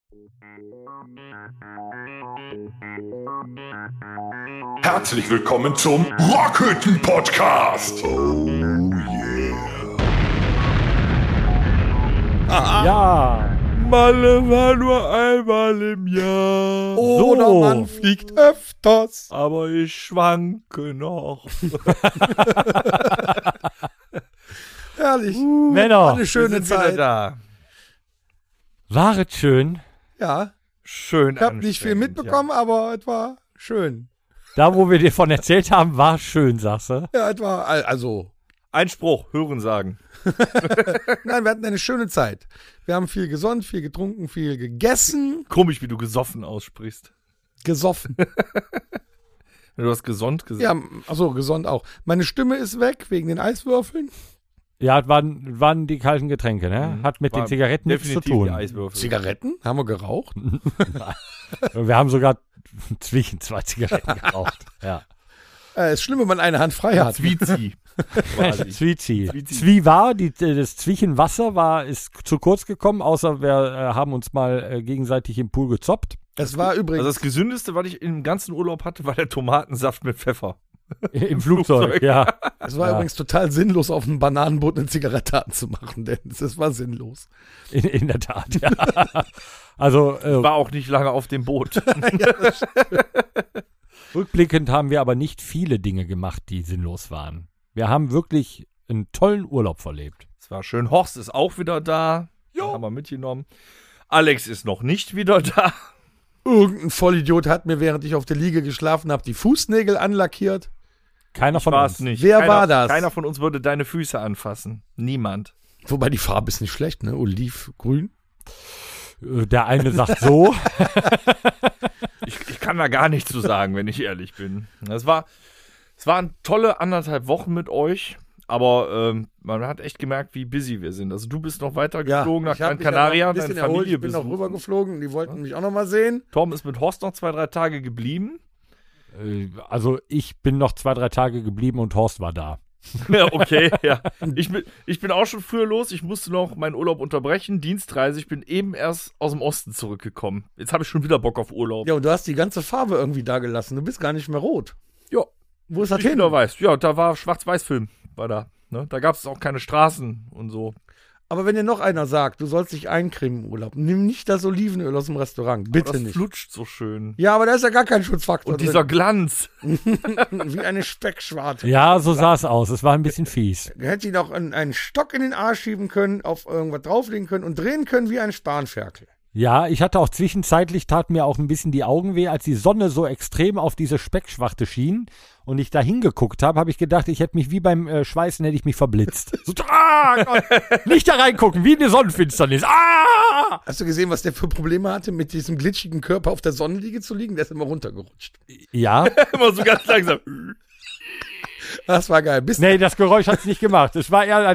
Herzlich willkommen zum Rockhütten-Podcast. Oh yeah. Ja. Malle war nur einmal im Jahr. Oder man fliegt öfters. Aber ich schwanke noch. Herrlich. Männer, Eine schöne Zeit. Da. war es schön. Ja, Schön. ich habe nicht viel mitbekommen, aber es war schön. Da, wo wir dir von erzählt haben, war schön, sagst du. Ja, es war, also, Einspruch, hören sagen. nein, wir hatten eine schöne Zeit. Wir haben viel gesonnt, viel getrunken, viel gegessen, Komisch, wie du gesoffen aussprichst. gesoffen. Du hast gesonnt gesagt. Ja, achso, gesonnt auch. Meine Stimme ist weg wegen den Eiswürfeln. Ja, es waren die kalten Getränke, ne? Hat mit War den Zigaretten nichts zu definitiv tun. die Eiswürfel. Zigaretten? Haben wir geraucht? Wir haben sogar zwischen 2 Zigaretten geraucht. Ja. Ist schlimm, wenn man eine Hand frei hat. Zwiezi. Quasi. Zwiezi. Zwiezi. Zwie war, das Zwiechenwasser ist zu kurz gekommen, außer wir haben uns mal gegenseitig im Pool gezoppt. Es war übrigens, Also das Gesündeste, was ich im ganzen Urlaub hatte, war der Tomatensaft mit Pfeffer. Im Flugzeug, ja. es war übrigens total sinnlos, auf einem Bananenboot eine Zigarette anzumachen, denn es war sinnlos. In der Tat, ja. Also War auch nicht lange auf dem Boot. rückblickend haben wir aber nicht viele Dinge gemacht, die sinnlos waren. Wir haben wirklich einen tollen Urlaub verlebt. Es war schön. Horst ist auch wieder da. Jo. Haben wir mitgenommen. Alex ist noch nicht wieder da. Irgendein Vollidiot hat mir, während ich auf der Liege geschlafen habe, die Fußnägel anlackiert. Keiner von War uns. es nicht. Wer war das? Keiner von uns würde deine Füße anfassen. Niemand. Wobei die Farbe ist nicht schlecht, ne? Olivgrün. Der eine sagt so. Ich kann da gar nichts zu sagen, wenn ich ehrlich bin. Es waren tolle 1,5 Wochen mit euch. Aber man hat echt gemerkt, wie busy wir sind. Also du bist noch weiter geflogen nach ich hab Gran mich ja noch Canaria, ein bisschen deine erholt. Familie Ich bin noch besuchen. rübergeflogen, die wollten mich auch noch mal sehen. Tom ist mit Horst noch 2-3 Tage geblieben. Also ich bin noch 2-3 Tage geblieben und Horst war da. Ja, okay, ja. Ich bin auch schon früher los. Ich musste noch meinen Urlaub unterbrechen, Dienstreise. Ich bin eben erst aus dem Osten zurückgekommen. Jetzt habe ich schon wieder Bock auf Urlaub. Ja, und du hast die ganze Farbe irgendwie da gelassen. Du bist gar nicht mehr rot. Ja. Wo ist das Ich hin? wieder weiß. Ja, da war Schwarz-Weiß-Film. War da. Ne? Da gab es auch keine Straßen und so. Aber wenn dir noch einer sagt, du sollst dich eincremen im Urlaub, nimm nicht das Olivenöl aus dem Restaurant. Bitte das nicht. flutscht so schön. Ja, aber da ist ja gar kein Schutzfaktor Und dieser Glanz. drin. Wie eine Speckschwarte. Ja, so sah es aus. Es war ein bisschen fies. Hätte ihn auch einen Stock in den Arsch schieben können, auf irgendwas drauflegen können und drehen können wie ein Spanferkel. Ja, ich hatte auch zwischenzeitlich, tat mir auch ein bisschen die Augen weh, als die Sonne so extrem auf diese Speckschwarte schien und ich da hingeguckt habe ich gedacht, ich hätte mich wie beim Schweißen, hätte ich mich verblitzt. So, Gott, nicht da reingucken, wie eine Sonnenfinsternis. Hast du gesehen, was der für Probleme hatte, mit diesem glitschigen Körper auf der Sonnenliege zu liegen? Der ist immer runtergerutscht. Ja, Immer so ganz langsam. Das war geil. nee, das Geräusch hat es nicht gemacht. Es war eher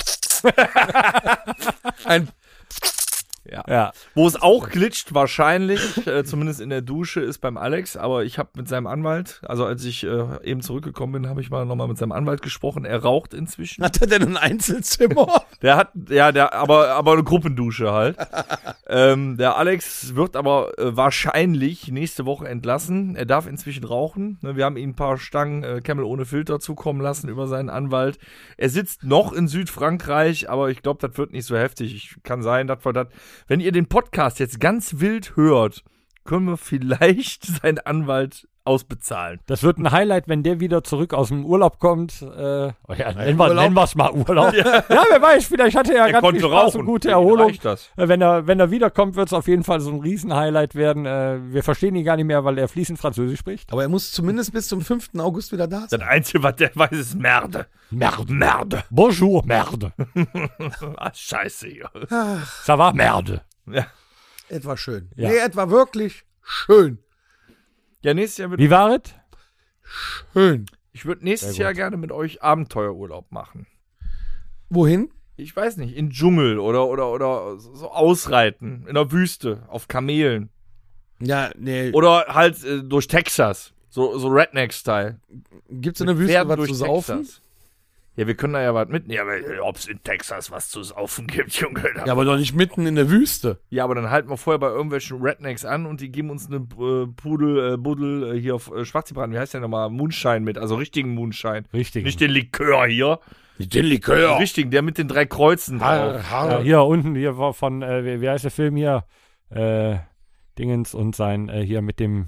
Ein ja. Wo es auch glitscht, wahrscheinlich, zumindest in der Dusche, ist beim Alex. Aber ich habe mit seinem Anwalt, also als ich eben zurückgekommen bin, habe ich mal nochmal mit seinem Anwalt gesprochen. Er raucht inzwischen. Hat er denn ein Einzelzimmer? Der hat, aber eine Gruppendusche halt. Der Alex wird aber wahrscheinlich nächste Woche entlassen. Er darf inzwischen rauchen. Ne, wir haben ihm ein paar Stangen Camel ohne Filter zukommen lassen über seinen Anwalt. Er sitzt noch in Südfrankreich, aber ich glaube, das wird nicht so heftig. Kann sein, dass wir das. Wenn ihr den Podcast jetzt ganz wild hört, können wir vielleicht seinen Anwalt ausbezahlen. Das wird ein Highlight, wenn der wieder zurück aus dem Urlaub kommt. Nennen wir es mal Urlaub. Ja, wer weiß, vielleicht hat er ja ganz viel Spaß und gute Erholung. Das. Wenn er wiederkommt, wird es auf jeden Fall so ein Riesen-Highlight werden. Wir verstehen ihn gar nicht mehr, weil er fließend Französisch spricht. Aber er muss zumindest bis zum 5. August wieder da sein. Das Einzige, was der weiß, ist Merde. Merde. Bonjour, merde. Ah, scheiße hier. Ça va, merde. Ja. Es war schön. Ja. Nee, es war wirklich schön. Ja, nächstes Jahr wird. Wie war es? Schön. Ich würde nächstes Jahr gerne mit euch Abenteuerurlaub machen. Wohin? Ich weiß nicht, in Dschungel oder so ausreiten, in der Wüste, auf Kamelen. Ja, nee. Oder halt durch Texas, so Redneck-Style. Gibt's in der Mit Wüste Pferden was durch zu saufen? Texas. Ja, wir können da ja was mitnehmen. Ja, aber ob es in Texas was zu saufen gibt, Junge. Ja, aber doch nicht mitten in der Wüste. Ja, aber dann halten wir vorher bei irgendwelchen Rednecks an und die geben uns eine Buddel hier auf Schwarzbraten. Wie heißt der nochmal? Moonshine mit, also richtigen Moonshine. Richtig. Nicht den Likör hier. Den Likör. Richtigen, der mit den 3 Kreuzen drauf. Ja, hier unten, hier von, wie heißt der Film hier? Dingens und sein, hier mit dem,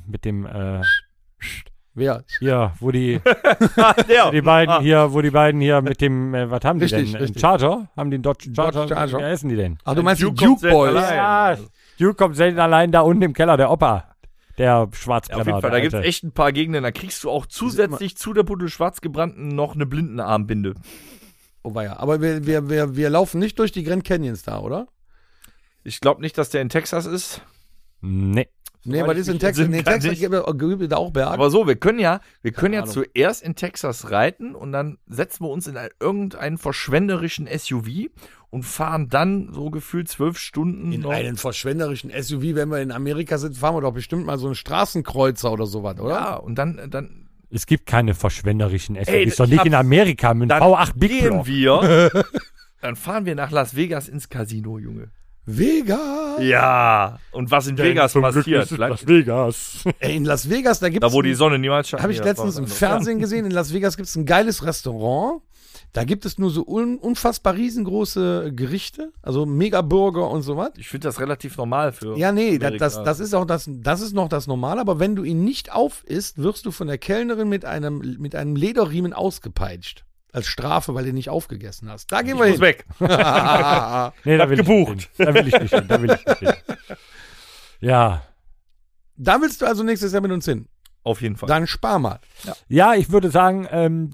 Wer? hier, wo die, Der. die beiden hier mit dem, was haben die Richtig, denn? richtig. Charger? Haben die einen Dodge Charger? Charger. Wie heißen die denn? Ach, du meinst die Duke kommt Duke Boys? selten allein. Ja, Duke kommt selten allein da unten im Keller, der Opa. Der Schwarzbrenner. Auf jeden Fall, der da gibt es Alte. echt ein paar Gegenden, da kriegst du auch zusätzlich zu der Buddel Schwarzgebrannten noch eine Blindenarmbinde. Oh, weia. Aber wir laufen nicht durch die Grand Canyons da, oder? Ich glaube nicht, dass der in Texas ist. Nee. Nee, Soweit was ich ist in mich Texas? entsinnen Nee, kann, Texas nicht. gibt es da auch Berge. Aber so, wir können ja Ahnung. zuerst in Texas reiten und dann setzen wir uns in irgendeinen verschwenderischen SUV und fahren dann so gefühlt 12 Stunden In noch. einen verschwenderischen SUV, wenn wir in Amerika sind, fahren wir doch bestimmt mal so einen Straßenkreuzer oder sowas, oder? Ja, und dann Es gibt keine verschwenderischen SUVs. Ey, Doch ich nicht hab- in Amerika mit einem V8 Big gehen Block. wir, dann fahren wir nach Las Vegas ins Casino, Junge. Vegas! Ja, und was in Vegas Zum Glück passiert, ist es bleibt Las Vegas. Ey, in Las Vegas, da gibt da es. wo die Sonne niemals scheint. Habe ich Ja, letztens das im war was Fernsehen gesehen. In Las Vegas gibt es ein geiles Restaurant. Da gibt es nur so unfassbar riesengroße Gerichte, also Mega-Burger und so was. Ich finde das relativ normal für. Ja, nee, Amerika. das ist auch das ist noch das Normale, aber wenn du ihn nicht aufisst, wirst du von der Kellnerin mit einem Lederriemen ausgepeitscht. Als Strafe, weil du nicht aufgegessen hast. Da gehen wir Ich muss hin. weg. Nee, da will gebucht. ich nicht hin. Da will ich nicht hin. Da will ich nicht hin. Ja. Da willst du also nächstes Jahr mit uns hin. Auf jeden Fall. Dann spar mal. Ja, ich würde sagen,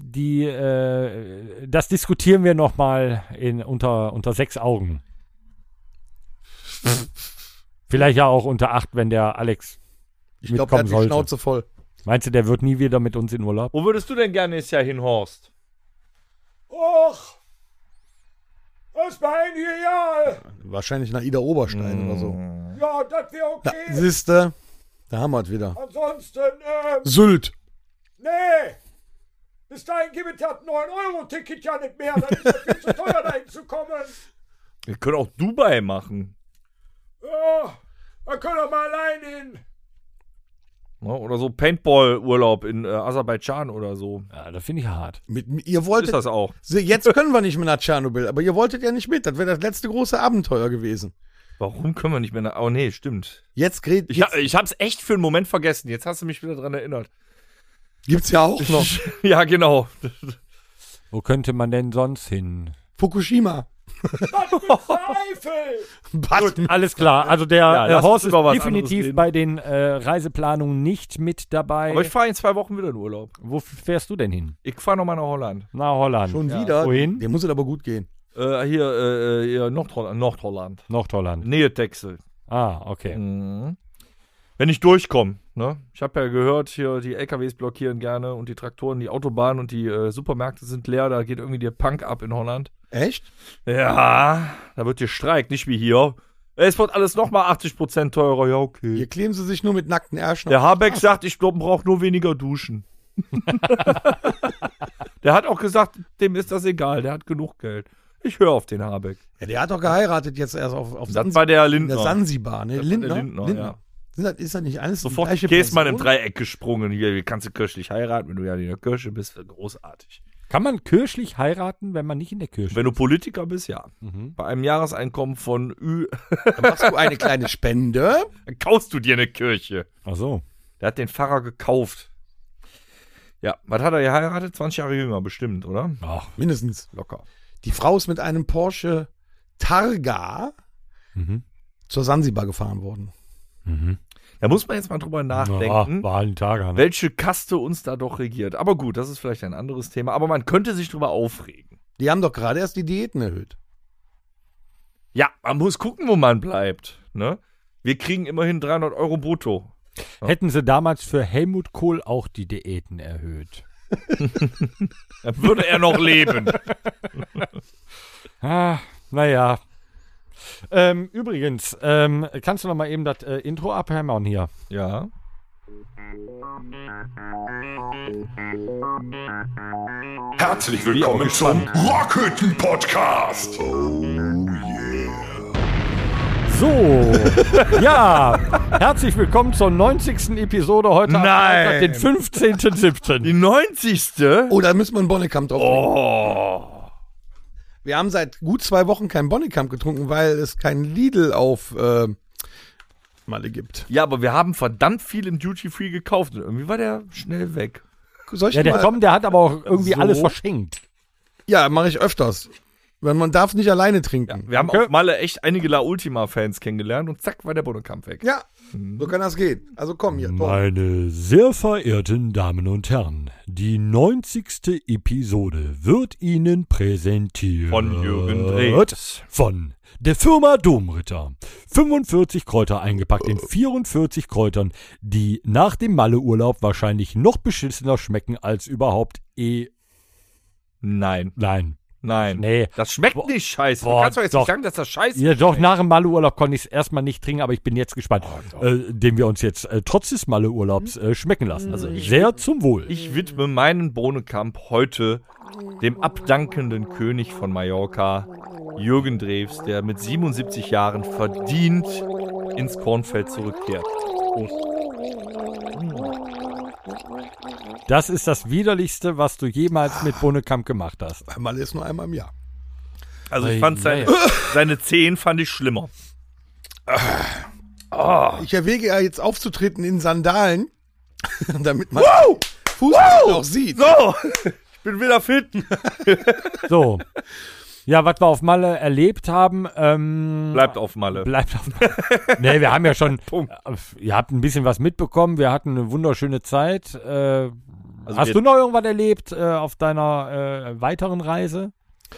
das diskutieren wir noch mal unter 6 Augen. Vielleicht ja auch unter 8, wenn der Alex Ich glaube, der hat mitkommen die sollte. Schnauze voll. Meinst du, der wird nie wieder mit uns in Urlaub? Wo würdest du denn gerne nächstes Jahr hin, Horst? Och, das war genial. Wahrscheinlich nach Ida Oberstein oder so. Ja, das wäre Da, siehste, da haben wir es wieder. Ansonsten, Sylt. nee. Bis dahin gibt es das 9-Euro-Ticket ja nicht mehr. Das ist ja viel zu teuer, da hinzukommen. Wir können auch Dubai machen. Ja, da können wir mal allein hin. Ne? Oder so Paintball-Urlaub in Aserbaidschan oder so. Ja, das finde ich hart. Ihr Ist wolltet, das auch. jetzt können wir nicht mehr nach Tschernobyl, aber ihr wolltet ja nicht mit. Das wäre das letzte große Abenteuer gewesen. Warum können wir nicht mehr nach. Oh nee, stimmt. Jetzt Ich hab's echt für einen Moment vergessen. Jetzt hast du mich wieder dran erinnert. gibt's ja auch noch. Ja, genau. Wo könnte man denn sonst hin? Fukushima. Gut, alles klar. Also der Ja, lass Horst uns ist über was definitiv anderes reden. bei den Reiseplanungen nicht mit dabei. Aber ich fahre in 2 Wochen wieder in Urlaub. Wo fährst du denn hin? Ich fahre nochmal nach Holland. Nach Holland. Schon Ja. wieder. Wohin? Dem muss es aber gut gehen. Hier Nordholland. Nordholland. Nähe Texel. Ah, okay. Mhm. Wenn ich durchkomme, ne? Ich habe ja gehört, hier die LKWs blockieren gerne und die Traktoren, die Autobahnen und die Supermärkte sind leer, da geht irgendwie der Punk ab in Holland. Echt? Ja, da wird gestreikt, nicht wie hier. Es wird alles nochmal 80% teurer, ja okay. Hier kleben sie sich nur mit nackten Ärschen. Der Habeck sagt, ich brauche nur weniger Duschen. Der hat auch gesagt, dem ist das egal, der hat genug Geld. Ich höre auf den Habeck. Ja, der hat doch geheiratet jetzt erst auf Das war der in Lindner. der Sansibar. Ne? Das war der Lindner, ja. Ist das nicht alles Sofort die gleiche Käsmann im Person? Dreieck gesprungen. Hier kannst du kirchlich heiraten, wenn du ja in der Kirche bist. Großartig. Kann man kirchlich heiraten, wenn man nicht in der Kirche Wenn du Politiker bist, ja. Mhm. Bei einem Jahreseinkommen von Dann machst du eine kleine Spende. dann kaufst du dir eine Kirche. Ach so. Der hat den Pfarrer gekauft. Ja, was hat er geheiratet? 20 Jahre jünger bestimmt, oder? Ach, Mindestens. Locker. Die Frau ist mit einem Porsche Targa mhm. zur Sansibar gefahren worden. Mhm. Da muss man jetzt mal drüber nachdenken, war ein Tag an. welche Kaste uns da doch regiert. Aber gut, das ist vielleicht ein anderes Thema. Aber man könnte sich drüber aufregen. Die haben doch gerade erst die Diäten erhöht. Ja, man muss gucken, wo man bleibt. Ne? Wir kriegen immerhin 300 Euro brutto. Hätten sie damals für Helmut Kohl auch die Diäten erhöht. Dann würde er noch leben. Ah, naja. Übrigens, kannst du noch mal eben das Intro abhämmern hier? Ja. Herzlich willkommen zum Rockhütten-Podcast. So, ja, herzlich willkommen zur 90. Episode heute am Freitag, den 15.07. Die 90. Oh, da müssen wir einen Bonnekamp drauf trinken. Oh. Wir haben seit gut 2 Wochen keinen Bonnekamp getrunken, weil es keinen Lidl auf Malle gibt. Ja, aber wir haben verdammt viel im Duty Free gekauft und irgendwie war der schnell weg. Soll ich Ja, der mal? Tom, der hat aber auch irgendwie So. alles verschenkt. Ja, mache ich öfters. Weil man darf nicht alleine trinken. Wir haben Okay. auf Malle echt einige La Ultima-Fans kennengelernt und zack war der Bonnekamp weg. Ja, so kann das gehen. Also komm hier, Tom. Meine sehr verehrten Damen und Herren, die 90. Episode wird Ihnen präsentiert Von Jürgen Drews. von der Firma Domritter. 45 Kräuter eingepackt in 44 Kräutern, die nach dem Malle-Urlaub wahrscheinlich noch beschissener schmecken als überhaupt Nein. Nein. Nein. Nee. Das schmeckt nicht scheiße. Boah, du kannst doch jetzt doch. nicht sagen, dass das scheiße Ja, doch, schmeckt. nach dem Malle-Urlaub konnte ich es erstmal nicht trinken, aber ich bin jetzt gespannt, den wir uns jetzt trotz des Malle-Urlaubs schmecken lassen. Also sehr zum Wohl. Ich widme meinen Bonnekamp heute dem abdankenden König von Mallorca, Jürgen Drews, der mit 77 Jahren verdient ins Kornfeld zurückkehrt. Das ist das Widerlichste, was du jemals mit Bonnekamp gemacht hast. Malle ist nur einmal im Jahr. Also ich fand seine Zehen fand ich schlimmer. Ich erwäge ja jetzt aufzutreten in Sandalen, damit man Fußball auch sieht. So, ich bin wieder fit. So. Ja, was wir auf Malle erlebt haben, Bleibt auf Malle. bleibt auf Malle. Nee, wir haben ja schon, Punkt. ihr habt ein bisschen was mitbekommen, wir hatten eine wunderschöne Zeit. Hast wir- du noch irgendwas erlebt auf deiner weiteren Reise?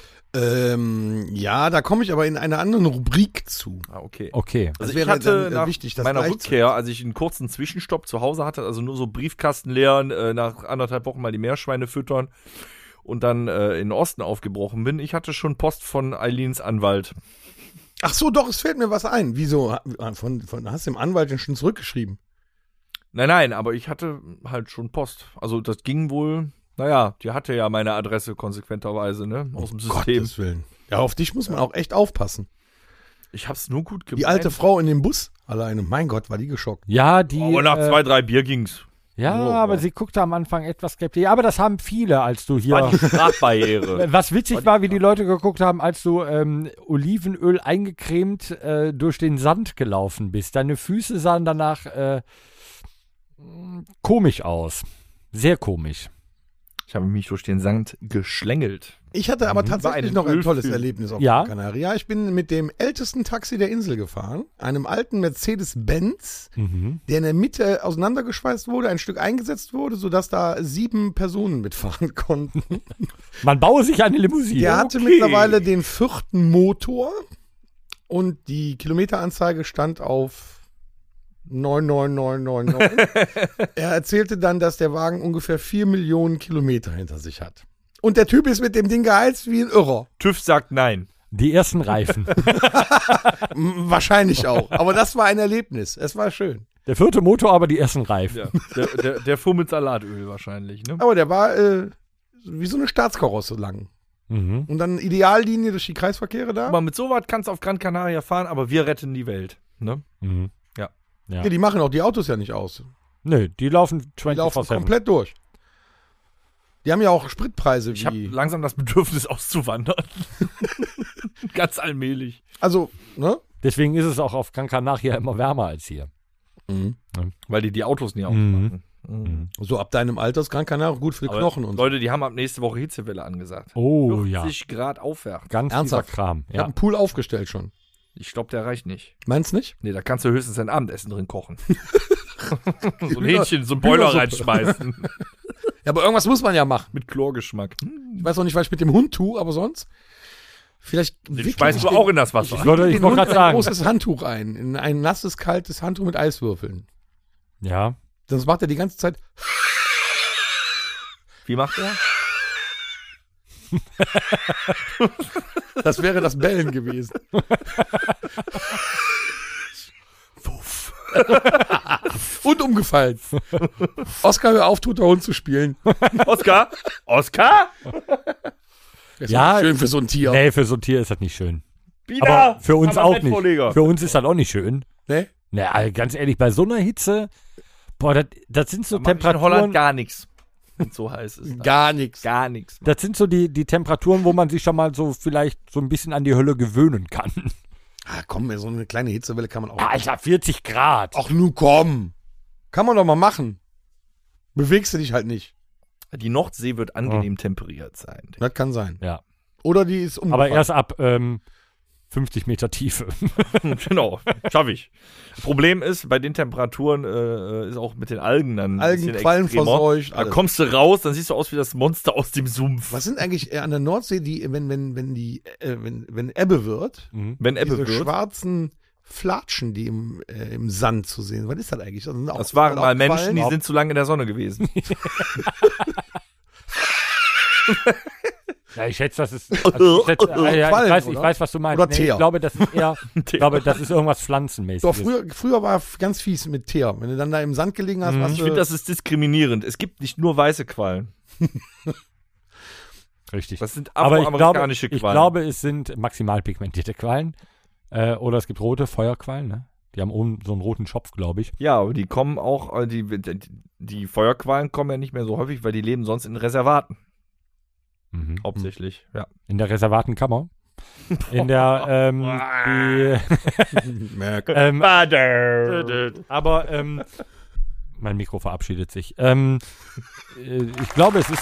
Ja, da komme ich aber in einer anderen Rubrik zu. Ah, okay. Okay. Also Das ich wäre hatte dann, nach wichtig, das meiner gleich Rückkehr, als ich einen kurzen Zwischenstopp zu Hause hatte, also nur so Briefkasten leeren, nach 1,5 Wochen mal die Meerschweine füttern und dann in den Osten aufgebrochen bin, ich hatte schon Post von Eileens Anwalt. Ach so, doch, es fällt mir was ein. Wieso? Hast du dem Anwalt denn schon zurückgeschrieben? Nein, aber ich hatte halt schon Post. Also das ging wohl, naja, die hatte ja meine Adresse konsequenterweise, ne, aus dem System. Gottes Willen. Ja, auf dich muss man auch echt aufpassen. Ich hab's nur gut gemeint. Die alte Frau in dem Bus alleine. Mein Gott, war die geschockt. Ja, die. Aber nach 2, 3 Bier ging's. Ja, Oh, aber wow. sie guckte am Anfang etwas skeptisch. Ja, aber das haben viele, als du hier. War die Sprachbarriere. Was witzig war, wie die Leute geguckt haben, als du Olivenöl eingecremt durch den Sand gelaufen bist. Deine Füße sahen danach komisch aus. Sehr komisch. Ich habe mich durch den Sand geschlängelt. Ich hatte aber tatsächlich einen noch ein tolles Ölfilm. Erlebnis auf Ja? Gran Canaria. Ich bin mit dem ältesten Taxi der Insel gefahren, einem alten Mercedes-Benz, der in der Mitte auseinandergeschweißt wurde, ein Stück eingesetzt wurde, sodass da 7 Personen mitfahren konnten. Man baue sich eine Limousine. Der hatte mittlerweile den 4. Motor und die Kilometeranzeige stand auf 99999. Er erzählte dann, dass der Wagen ungefähr 4 Millionen Kilometer hinter sich hat. Und der Typ ist mit dem Ding geheizt wie ein Irrer. TÜV sagt nein. Die ersten Reifen. Wahrscheinlich auch. Aber das war ein Erlebnis. Es war schön. Der 4. Motor, aber die ersten Reifen. Ja. Der fuhr mit Salatöl wahrscheinlich, ne? Aber der war wie so eine Staatskarosse lang. Mhm. Und dann Ideallinie durch die Kreisverkehre da. Aber mit sowas kannst du auf Gran Canaria fahren, aber wir retten die Welt, ne? Mhm. Ja. Ja. Ja, die machen auch die Autos ja nicht aus. Nö, die laufen Die laufen 24/7. komplett durch. Die haben ja auch Spritpreise Ich habe wie. langsam das Bedürfnis auszuwandern. Ganz allmählich. Also, ne? Deswegen ist es auch auf Gran Canaria immer wärmer als hier. Weil die Autos nie Mhm. aufmachen. So ab deinem Alter ist Gran Canaria gut für die Aber Knochen und so. Leute, die haben ab nächste Woche Hitzewelle angesagt. Oh ja, 40 Grad aufwärts. ganz Ernsthaft? dieser Kram. Ich habe Ja. einen Pool aufgestellt schon. Ich glaube, der reicht nicht. Meinst nicht? Nee, da kannst du höchstens ein Abendessen drin kochen. So ein Hühner- Hähnchen, so ein Boiler Hühnersuppe. reinschmeißen. Ja, aber irgendwas muss man ja machen. Mit Chlorgeschmack. Ich weiß auch nicht, was ich mit dem Hund tue, aber sonst. Vielleicht Den wickle schmeißt ich du den- auch in das Wasser. Ich wollte den gerade Hund ein sagen. großes Handtuch ein. In ein nasses, kaltes Handtuch mit Eiswürfeln. Ja. Sonst macht er die ganze Zeit. Wie macht er? Das wäre das Bellen gewesen. Und umgefallen. Oskar, hör auf, toter Hund zu spielen. Oskar? Oskar? Das ist Ja, doch schön für so ein Tier. Nee, für so ein Tier ist das nicht schön. Wieder? Aber für uns Aber auch nicht. Bettvorleger. Für uns ist das auch nicht schön. Ne? Na, ganz ehrlich, bei so einer Hitze, boah, das sind so Da mach ich in Temperaturen. Holland gar nichts. Und so heiß ist das. Gar nichts. Gar nichts. Das sind so die Temperaturen, wo man sich schon mal so vielleicht so ein bisschen an die Hölle gewöhnen kann. Ah, komm, so eine kleine Hitzewelle kann man auch. Alter, 40 Grad. Ach, nun komm. Kann man doch mal machen. Bewegst du dich halt nicht. Die Nordsee wird angenehm temperiert sein. Das kann sein. Ja. Oder die ist umgefallen. Aber erst ab 50 Meter Tiefe. Genau, schaffe ich. Problem ist, bei den Temperaturen ist auch mit den Algen dann ein bisschen Algenquallen extremer. verseucht. Da alles. kommst du raus, dann siehst du aus wie das Monster aus dem Sumpf. Was sind eigentlich an der Nordsee, wenn Ebbe wird, Wenn Ebbe diese wird. schwarzen Flatschen, die im Sand zu sehen? Was ist das eigentlich? Das, sind auch, Das waren mal Menschen, Quallen? die sind zu lange in der Sonne gewesen. Ja, ich schätze, das ist. Also ich Quallen, weiß, was du meinst. Oder Teer. Ich glaube, das ist eher. Ich glaube, das ist irgendwas Pflanzenmäßiges. Doch, früher war ganz fies mit Teer. Wenn du dann da im Sand gelegen hast, warst Ich du... finde, das ist diskriminierend. Es gibt nicht nur weiße Quallen. Richtig. Das sind Aber afroamerikanische ich Quallen. glaube, es sind maximal pigmentierte Quallen. Oder es gibt rote Feuerquallen, ne? Die haben oben so einen roten Schopf, glaube ich. Ja, aber die kommen auch, die Feuerquallen kommen ja nicht mehr so häufig, weil die leben sonst in Reservaten. Hauptsächlich, ja. In der Reservatenkammer. In der, Merk. aber, mein Mikro verabschiedet sich. Ich glaube, es ist,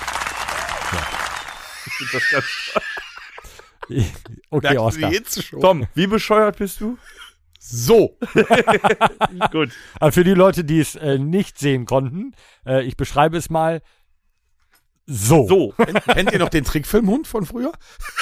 Ich finde das ganz okay, Merkst du Oskar. die Hitze schon? Tom, wie bescheuert bist du? So. Gut. Aber für die Leute, die es nicht sehen konnten, ich beschreibe es mal so. So. Kennt ihr noch den Trickfilmhund von früher?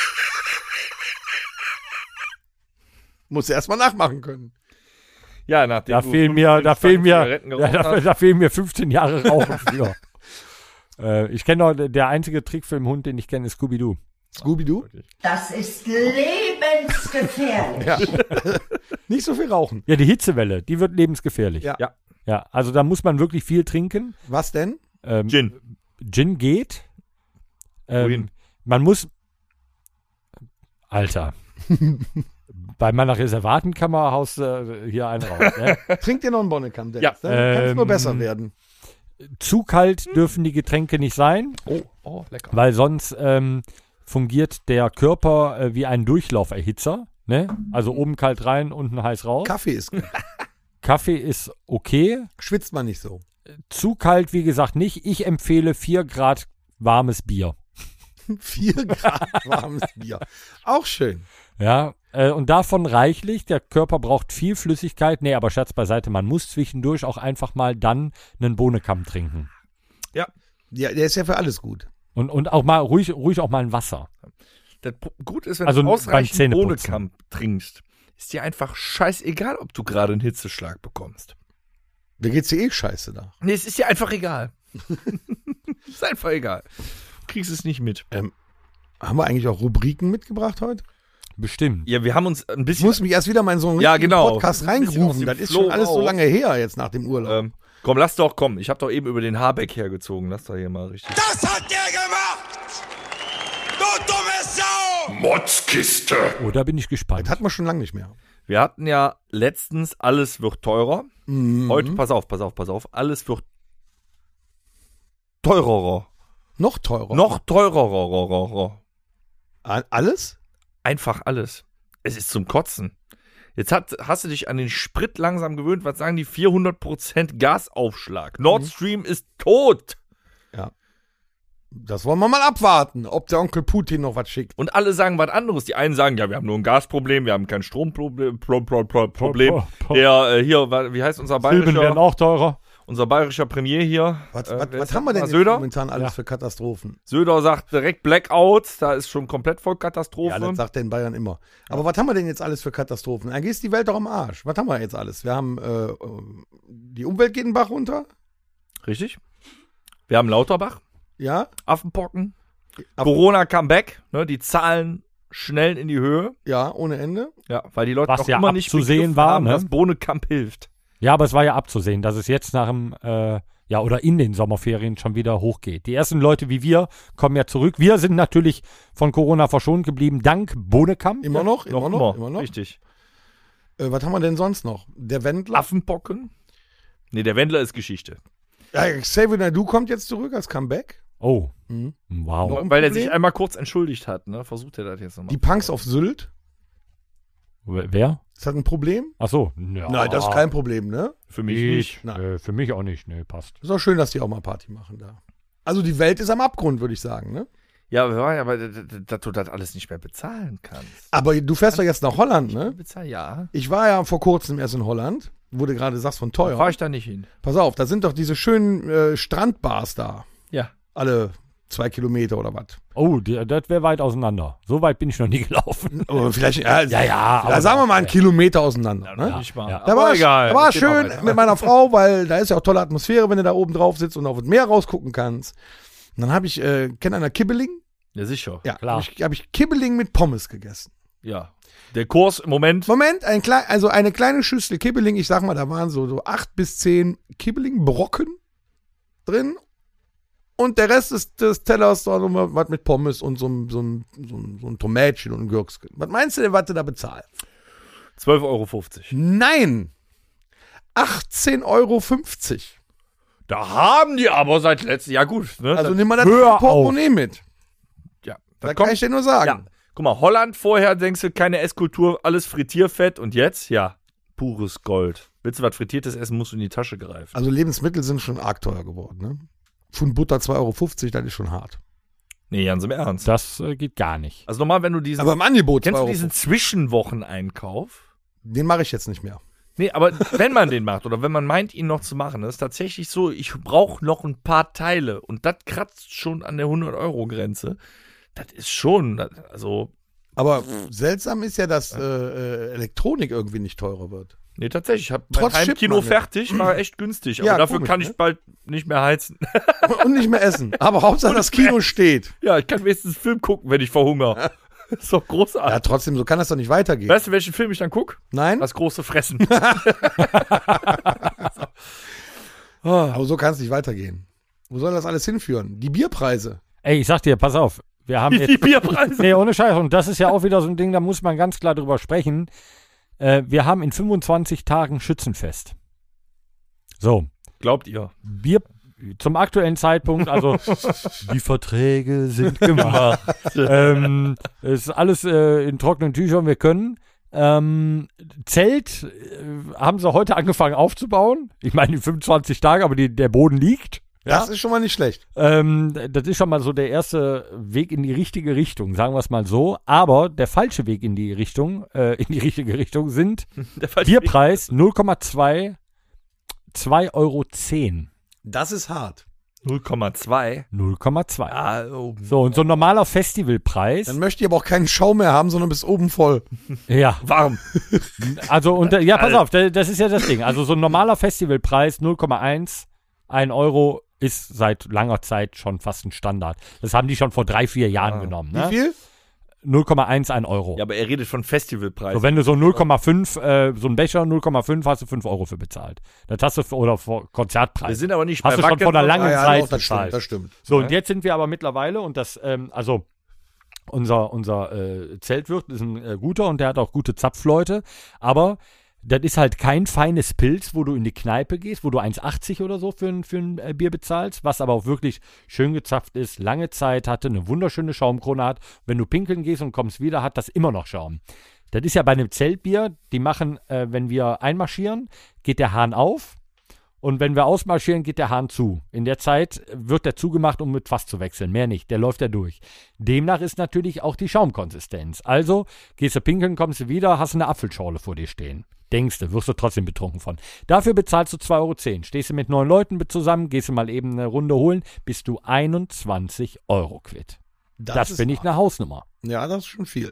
Muss erst mal nachmachen können. Ja, nachdem Da du fehlen 15 mir Zigaretten geraucht hast. da fehlen mir 15 Jahre Rauchen für. Ich kenne noch, der einzige Trickfilmhund, den ich kenne, ist Scooby-Doo. Scooby-Doo? Das ist lebensgefährlich. Ja. Nicht so viel rauchen. Ja, die Hitzewelle, die wird lebensgefährlich. Ja. Ja. Ja, also da muss man wirklich viel trinken. Was denn? Gin. Gin geht. Wohin? Man muss. Alter. Bei meiner Reservatenkammer haust du hier einen raus. Ne? Trinkt ihr noch einen Bonnekamp, Dennis? Ja. Dann kann es nur besser werden. Zu kalt dürfen die Getränke nicht sein, Oh, lecker. weil sonst fungiert der Körper wie ein Durchlauferhitzer. Ne? Also oben kalt rein, unten heiß raus. Kaffee ist gut. Kaffee ist okay. Schwitzt man nicht so. Zu kalt, wie gesagt, nicht. Ich empfehle 4 Grad warmes Bier. 4 Grad warmes Bier. Auch schön. Ja, und davon reichlich. Der Körper braucht viel Flüssigkeit. Nee, aber Scherz beiseite, man muss zwischendurch auch einfach mal dann einen Bohnenkamm trinken. Ja, der ist ja für alles gut. Und auch mal ruhig auch mal ein Wasser. Gut ist, wenn Also du beim ausreichend Zähneputzen. Bohnenkamp trinkst, ist dir einfach scheißegal, ob du gerade einen Hitzeschlag bekommst. Da geht's dir eh scheiße da. Nee, es ist dir einfach egal. Ist einfach egal. Du kriegst es nicht mit. Haben wir eigentlich auch Rubriken mitgebracht heute? Bestimmt. Ja, wir haben uns ein Ich bisschen. muss mich erst wieder mal in so einen Ja, richtigen genau. Podcast Ein bisschen aus reingrooven. dem Das ist Flow schon alles so raus. lange her jetzt nach dem Urlaub. Komm, komm, ich habe doch eben über den Habeck hergezogen. Lass doch hier mal richtig. Das hat der gemacht! Du dumme Sau! Motzkiste. Oh, da bin ich gespannt. Das hatten wir schon lange nicht mehr. Wir hatten ja letztens, alles wird teurer. Heute, pass auf. Alles wird teurer. Noch teurer. Noch teurer. Alles? Einfach alles. Es ist zum Kotzen. Jetzt hast du dich an den Sprit langsam gewöhnt. Was sagen die? 400% Gasaufschlag. Nord Stream ist tot. Das wollen wir mal abwarten, ob der Onkel Putin noch was schickt. Und alle sagen was anderes. Die einen sagen, ja, wir haben nur ein Gasproblem, wir haben kein Stromproblem. Der hier, wie heißt unser Filmen werden auch teurer. bayerischer Premier hier? Was wer ist haben wir denn das? jetzt Söder? momentan alles Ja. für Katastrophen? Söder sagt direkt Blackout. Da ist schon komplett voll Ja, Katastrophe. das sagt er in Bayern immer. Aber was haben wir denn jetzt alles für Katastrophen? Eigentlich ist die Welt doch am Arsch. Was haben wir jetzt alles? Wir haben, die Umwelt geht den Bach runter. Richtig. Wir haben Lauterbach, Ja. Affenpocken. Corona come back. Ne, die Zahlen schnell in die Höhe. Ja, ohne Ende. Ja, weil die Leute Was noch ja immer nicht abzusehen begriffen war, haben, ne? dass Bohnekamp hilft. Ja, aber es war ja abzusehen, dass es jetzt nach dem, oder in den Sommerferien schon wieder hochgeht. Die ersten Leute wie wir kommen ja zurück. Wir sind natürlich von Corona verschont geblieben, dank Bonekamp. Immer noch. Richtig. Was haben wir denn sonst noch? Der Wendler. Affenpocken? Nee, der Wendler ist Geschichte. Ja, Xavier Naidoo kommt jetzt zurück als Comeback. Oh, Mhm. wow. Noch ein Weil er Problem? sich einmal kurz entschuldigt hat, ne? Versucht er das jetzt nochmal. Die Punks auf Sylt. Wer? Ist das ein Problem? Ach so. Nein, das ist kein Problem, ne? Für mich nicht. Nein. Für mich auch nicht. Nee, passt. Ist auch schön, dass die auch mal Party machen da. Also die Welt ist am Abgrund, würde ich sagen, ne? Ja, aber dass du das alles nicht mehr bezahlen kannst. Aber du fährst doch jetzt nach Holland, ne? Ja. Ich war ja vor kurzem erst in Holland, wo du gerade sagst von teuer. Fahr ich da nicht hin. Pass auf, da sind doch diese schönen Strandbars da. Ja. Alle 2 Kilometer oder was. Oh, das wäre weit auseinander. So weit bin ich noch nie gelaufen. Oder vielleicht, aber sagen wir mal einen Kilometer auseinander. Ne? Nicht mal. Ja. Da war, egal. da war Das geht mal schön weiter. mit meiner Frau, weil da ist ja auch tolle Atmosphäre, wenn du da oben drauf sitzt und auf das Meer rausgucken kannst. Und dann habe ich, kennt einer Kibbeling? Ja, sicher. Ja, Klar. Habe ich Kibbeling mit Pommes gegessen. Ja. Der Kurs im Moment. Moment, eine kleine Schüssel Kibbeling, ich sag mal, da waren so 8 bis 10 Kibbeling-Brocken drin. Und der Rest des Tellers war noch was mit Pommes und so ein Tomätchen und ein Gürkchen. Was meinst du denn, was du da bezahlst? 12,50 €. Nein! 18,50 €. Da haben die aber seit letztem Jahr gut. Ne? Also nimm mal das Hör Portemonnaie mit. ja. Da kann ich dir nur sagen. Ja. Guck mal, Holland vorher, denkst du, keine Esskultur, alles Frittierfett und jetzt, ja, pures Gold. Willst du was Frittiertes essen, musst du in die Tasche greifen. Also Lebensmittel sind schon arg teuer geworden. Ne? Pfund Butter 2,50 €, das ist schon hart. Nee, ganz im Ernst. Das geht gar nicht. Also nochmal, wenn du diesen, Aber im Angebot kennst du 2,50 diesen Zwischenwocheneinkauf? Den mache ich jetzt nicht mehr. Nee, aber wenn man den macht oder wenn man meint, ihn noch zu machen, ist tatsächlich so, ich brauche noch ein paar Teile und das kratzt schon an der 100-Euro-Grenze. Das ist schon, also, Aber seltsam ist ja, dass Elektronik irgendwie nicht teurer wird. nee, tatsächlich, ich habe mein Trotz Heimkino Chipmangel. fertig, war echt günstig, aber Ja, dafür komisch, kann ne? ich bald nicht mehr heizen. Und nicht mehr essen. Aber Hauptsache das Kino steht. Ja, ich kann wenigstens Film gucken, wenn ich verhungere. Ist doch großartig. Ja, trotzdem, so kann das doch nicht weitergehen. Weißt du, welchen Film ich dann gucke? Nein? Das große Fressen. Aber so kann es nicht weitergehen. Wo soll das alles hinführen? Die Bierpreise. Ey, ich sag dir, pass auf. Wir haben Die jetzt. Bierpreise. Nee, ohne Scheiß. Und das ist ja auch wieder so ein Ding, da muss man ganz klar drüber sprechen. Wir haben in 25 Tagen Schützenfest. So. Glaubt ihr? Bier zum aktuellen Zeitpunkt, also die Verträge sind gemacht. Es ist alles in trockenen Tüchern, wir können. Zelt haben sie heute angefangen aufzubauen. Ich meine, in 25 Tagen, aber der Boden liegt. Ja? Das ist schon mal nicht schlecht. Das ist schon mal so der erste Weg in die richtige Richtung, sagen wir es mal so. Aber der falsche Weg in die richtige Richtung sind Der falsche Bierpreis 0,2, 2,10 €. Das ist hart. 0,2. 0,2. Ah, oh. So, und so ein normaler Festivalpreis. Dann möchte ich aber auch keinen Schaum mehr haben, sondern bis oben voll. Ja, Warm. also, ja, pass auf, das ist ja das Ding. Also, so ein normaler Festivalpreis, 0,1, 1 € ist seit langer Zeit schon fast ein Standard. Das haben die schon vor 3-4 Jahren genommen. Wie Ne? viel? 0,1, 1 €. Ja, aber er redet von Festivalpreis. So, wenn du so 0,5, so ein Becher 0,5 hast du 5 € für bezahlt. Das hast du oder vor Konzertpreis. Wir sind aber nicht Hast du schon vor einer langen Zeit doch, das bezahlt. stimmt, das stimmt. So, und jetzt sind wir aber mittlerweile, und das, also unser Zeltwirt ist ein guter und der hat auch gute Zapfleute, aber das ist halt kein feines Pilz, wo du in die Kneipe gehst, wo du 1,80 oder so für ein Bier bezahlst, was aber auch wirklich schön gezapft ist, lange Zeit hatte, eine wunderschöne Schaumkrone hat. Wenn du pinkeln gehst und kommst wieder, hat das immer noch Schaum. Das ist ja bei einem Zeltbier, die machen, wenn wir einmarschieren, geht der Hahn auf. Und wenn wir ausmarschieren, geht der Hahn zu. In der Zeit wird der zugemacht, um mit Fass zu wechseln. Mehr nicht, der läuft ja durch. Demnach ist natürlich auch die Schaumkonsistenz. Also, gehst du pinkeln, kommst du wieder, hast eine Apfelschorle vor dir stehen. Denkst du, wirst du trotzdem betrunken von. Dafür bezahlst du 2,10 €. Stehst du mit 9 Leuten zusammen, gehst du mal eben eine Runde holen, bist du 21 € quitt. Das ist finde ich hart. eine Hausnummer. Ja, das ist schon viel.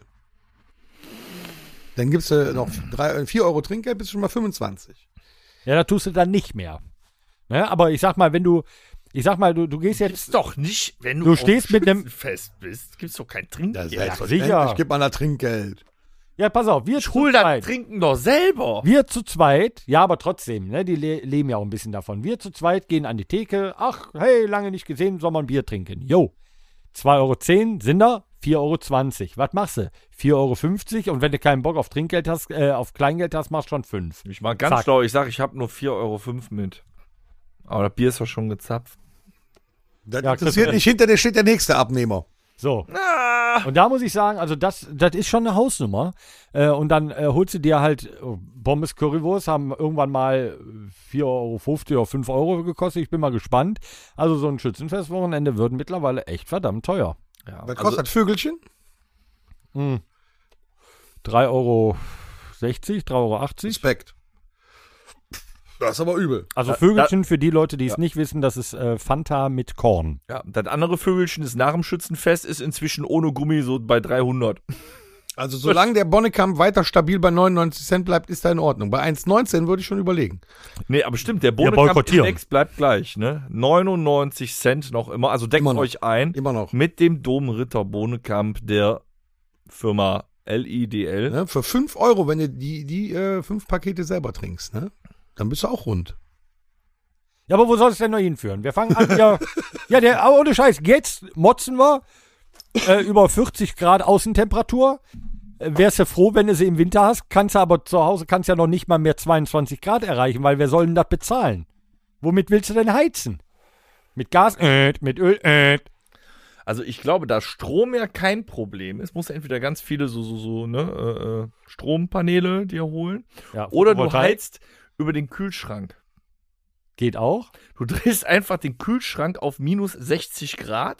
Dann gibst du noch 4 € Trinkgeld, bist du schon mal 25. Ja, da tust du dann nicht mehr. Ne? Aber ich sag mal, du gehst jetzt. Ist doch nicht, wenn Du auf stehst mit einem- Schützenfest bist, gibt's doch kein Trinkgeld. sicher. Ich gebe mal da Trinkgeld. Ja, pass auf, wir Ich zu hol das zweit. Trinken doch selber. Wir zu zweit, ja, aber trotzdem, ne, die leben ja auch ein bisschen davon. Wir zu zweit gehen an die Theke. Ach, hey, lange nicht gesehen, soll man Bier trinken. Jo, 2,10 € sind da, 4,20 €. Was machst du? 4,50 € und wenn du keinen Bock auf Trinkgeld hast, auf Kleingeld hast, machst du schon 5. Ich mach ganz Zack. schlau, ich sag, ich habe nur 4,05 € mit. Aber das Bier ist doch schon gezapft. Das Ja, interessiert nicht, hinter dir steht der nächste Abnehmer. So. Und da muss ich sagen, also das ist schon eine Hausnummer. Und dann holst du dir halt Pommes Currywurst, haben irgendwann mal 4,50 € oder 5 € gekostet. Ich bin mal gespannt. Also so ein Schützenfestwochenende wird mittlerweile echt verdammt teuer. Ja, Was kostet Vögelchen? 3,60 €, 3,80 €. Respekt. Das ist aber übel. Also Vögelchen, für die Leute, die es nicht wissen, das ist Fanta mit Korn. ja, das andere Vögelchen ist nach dem Schützenfest, ist inzwischen ohne Gummi so bei 300. Also solange der Bonnekamp weiter stabil bei 99 Cent bleibt, ist er in Ordnung. Bei 1,19 würde ich schon überlegen. Nee, aber stimmt, der boykottieren. Bohnekamp-Index bleibt gleich, ne? 99 Cent noch immer, also deckt Immer noch. euch ein. Immer noch. Mit dem Domritter Bohnekamp der Firma LIDL. Ne? Für 5 €, wenn du die 5 Pakete selber trinkst, ne? Dann bist du auch rund. Ja, aber wo soll es denn noch hinführen? Wir fangen an, aber ohne Scheiß, jetzt motzen wir über 40 Grad Außentemperatur. Wärst du froh, wenn du sie im Winter hast, kannst du aber zu Hause ja noch nicht mal mehr 22 Grad erreichen, weil wer soll denn das bezahlen? Womit willst du denn heizen? Mit Gas, mit Öl, Also ich glaube, da Strom ja kein Problem ist, musst du entweder ganz viele Strompaneele dir holen Ja, oder du Photovoltaik heizt über den Kühlschrank. geht auch. Du drehst einfach den Kühlschrank auf minus 60 Grad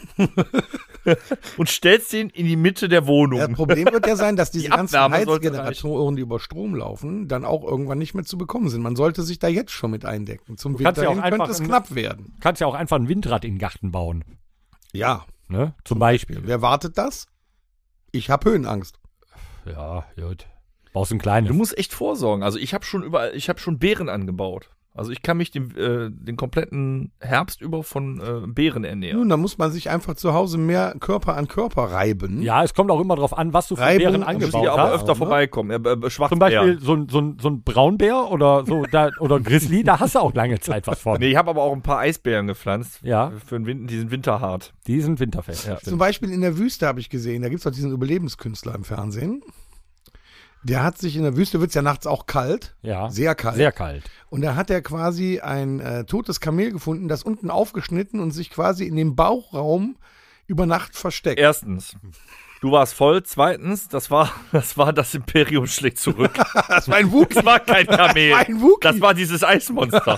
und stellst den in die Mitte der Wohnung. Ja, das Problem wird ja sein, dass diese Die ganzen Abwärme sollte Heizgeneratoren, die über Strom laufen, dann auch irgendwann nicht mehr zu bekommen sind. Man sollte sich da jetzt schon mit eindecken. Zum kannst Winter ja auch hin einfach könnte es knapp werden. Kannst ja auch einfach ein Windrad in den Garten bauen. Ja, Ne? Zum Beispiel. wer wartet das? Ich habe Höhenangst. Ja, gut. Brauchst ein kleines. Du musst echt vorsorgen. Also ich habe schon Beeren angebaut. Also ich kann mich den kompletten Herbst über von Beeren ernähren. Nun, da muss man sich einfach zu Hause mehr Körper an Körper reiben. Ja, es kommt auch immer drauf an, was du für Reibung, Beeren da Muss angebaut ich aber hast. öfter ne? vorbeikommen. Zum Schwarzbeeren. Beispiel so ein Braunbär oder so oder Grizzly, da hast du auch lange Zeit was von. Nee, ich habe aber auch ein paar Eisbären gepflanzt. Ja. Für den Winter, die sind winterhart. Die sind winterfest. Ja. Zum Beispiel in der Wüste habe ich gesehen, da gibt es doch diesen Überlebenskünstler im Fernsehen. Der hat sich in der Wüste, wird es ja nachts auch kalt, Ja. sehr kalt. Sehr kalt. Und da hat er quasi ein totes Kamel gefunden, das unten aufgeschnitten und sich quasi in dem Bauchraum über Nacht versteckt. Erstens, du warst voll. Zweitens, das war das Imperium schlägt zurück. Das war ein Wookie. Das war kein Kamel. Ein Wookie. Das war dieses Eismonster.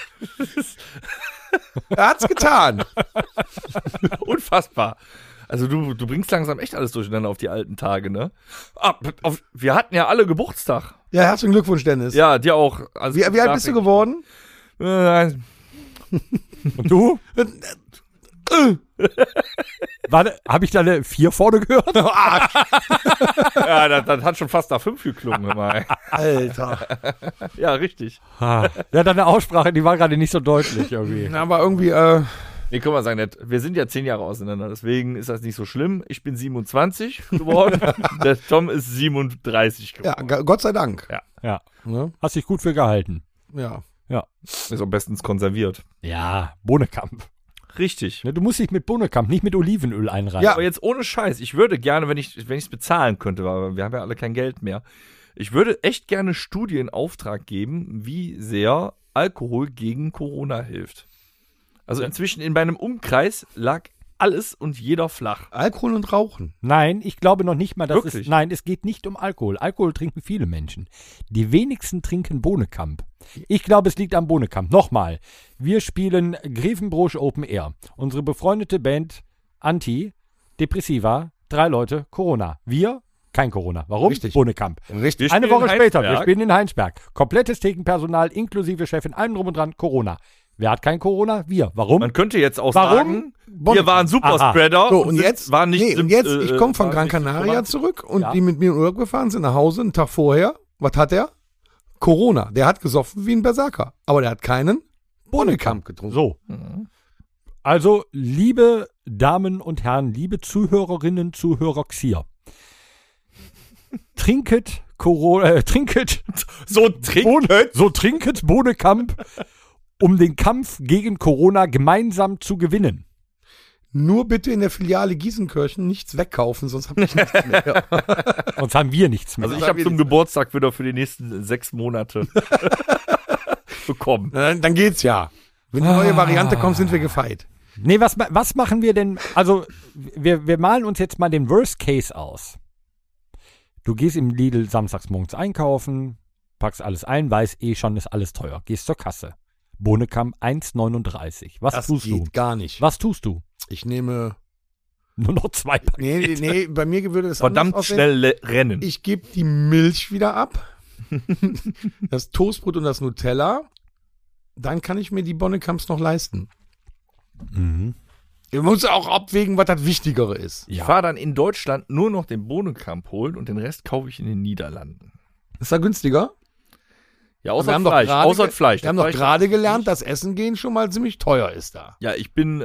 Er hat's getan. Unfassbar. Also du bringst langsam echt alles durcheinander auf die alten Tage, ne? Wir hatten ja alle Geburtstag. Ja, herzlichen Glückwunsch, Dennis. Ja, dir auch. Also Wie alt bist du geworden? geworden? Und du? Warte, habe ich da eine 4 vorne gehört? Ja, das hat schon fast nach 5 geklungen. Immer. Alter. Ja, richtig. Ja, deine Aussprache, die war gerade nicht so deutlich irgendwie. Aber irgendwie, Nee, können wir sagen, wir sind ja 10 Jahre auseinander, deswegen ist das nicht so schlimm. Ich bin 27 geworden, der Tom ist 37 ja, geworden. Gott sei Dank. Ja. Ne? Hast dich gut für gehalten. Ja. Ist am bestens konserviert. Ja, Bohnekamp. Richtig. Ne, du musst dich mit Bohnekamp, nicht mit Olivenöl einreiben. Ja. Aber jetzt ohne Scheiß, ich würde gerne, wenn ich es bezahlen könnte, weil wir haben ja alle kein Geld mehr, ich würde echt gerne Studien in Auftrag geben, wie sehr Alkohol gegen Corona hilft. Also inzwischen in meinem Umkreis lag alles und jeder flach. Alkohol und Rauchen. Nein, ich glaube noch nicht mal, dass Wirklich? es geht nicht um Alkohol. Alkohol trinken viele Menschen. Die wenigsten trinken Bohnekamp. Ich glaube, es liegt am Bohnekamp. Nochmal, wir spielen Grevenbroich Open Air. Unsere befreundete Band Anti-Depressiva, 3 Leute, Corona. Wir, kein Corona. Warum? Richtig. Bohnekamp. Richtig. Eine spielen Woche in später, wir Heinsberg. spielen in Heinsberg. Komplettes Thekenpersonal, inklusive Chefin, allem drum und dran, Corona. Wer hat kein Corona? Wir. Warum? Man könnte jetzt auch Warum? sagen, wir waren Superspreader So, und jetzt, waren nicht. und jetzt, ich komme von waren Gran nicht Canaria Corona- zurück und Ja. die mit mir in Urlaub gefahren sind nach Hause, einen Tag vorher. Was hat er? Corona. Der hat gesoffen wie ein Berserker. Aber der hat keinen Bohnekamp getrunken. So. Also, liebe Damen und Herren, liebe Zuhörerinnen, Zuhörer Xier. trinket Corona, So trinket. so trinket Bohnekamp, um den Kampf gegen Corona gemeinsam zu gewinnen. Nur bitte in der Filiale Gießenkirchen nichts wegkaufen, sonst habe ich nichts mehr. Sonst haben wir nichts mehr. Also ich habe zum Geburtstag wieder für die nächsten 6 Monate bekommen. Dann geht's ja. Wenn die neue Variante kommt, sind wir gefeit. Nee, was machen wir denn? Also, wir malen uns jetzt mal den Worst Case aus. Du gehst im Lidl samstags morgens einkaufen, packst alles ein, weißt schon, ist alles teuer. Gehst zur Kasse. Bohnekamp 1,39. Was Das tust du? geht gar nicht. Was tust du? Ich nehme... Nur noch 2 Pakete. Nee, bei mir würde das Verdammt anders schnell rennen. Ich gebe die Milch wieder ab, das Toastbrot und das Nutella. Dann kann ich mir die Bonnekamps noch leisten. Mhm. Ich muss auch abwägen, was das Wichtigere ist. Ich fahre dann in Deutschland nur noch den Bohnenkamp holen und den Rest kaufe ich in den Niederlanden. Ist da günstiger? Ja, Wir außer haben doch Fleisch. gerade Außer Fleisch. Wir haben doch gerade gelernt, dass Essen gehen schon mal ziemlich teuer ist da. Ja, ich bin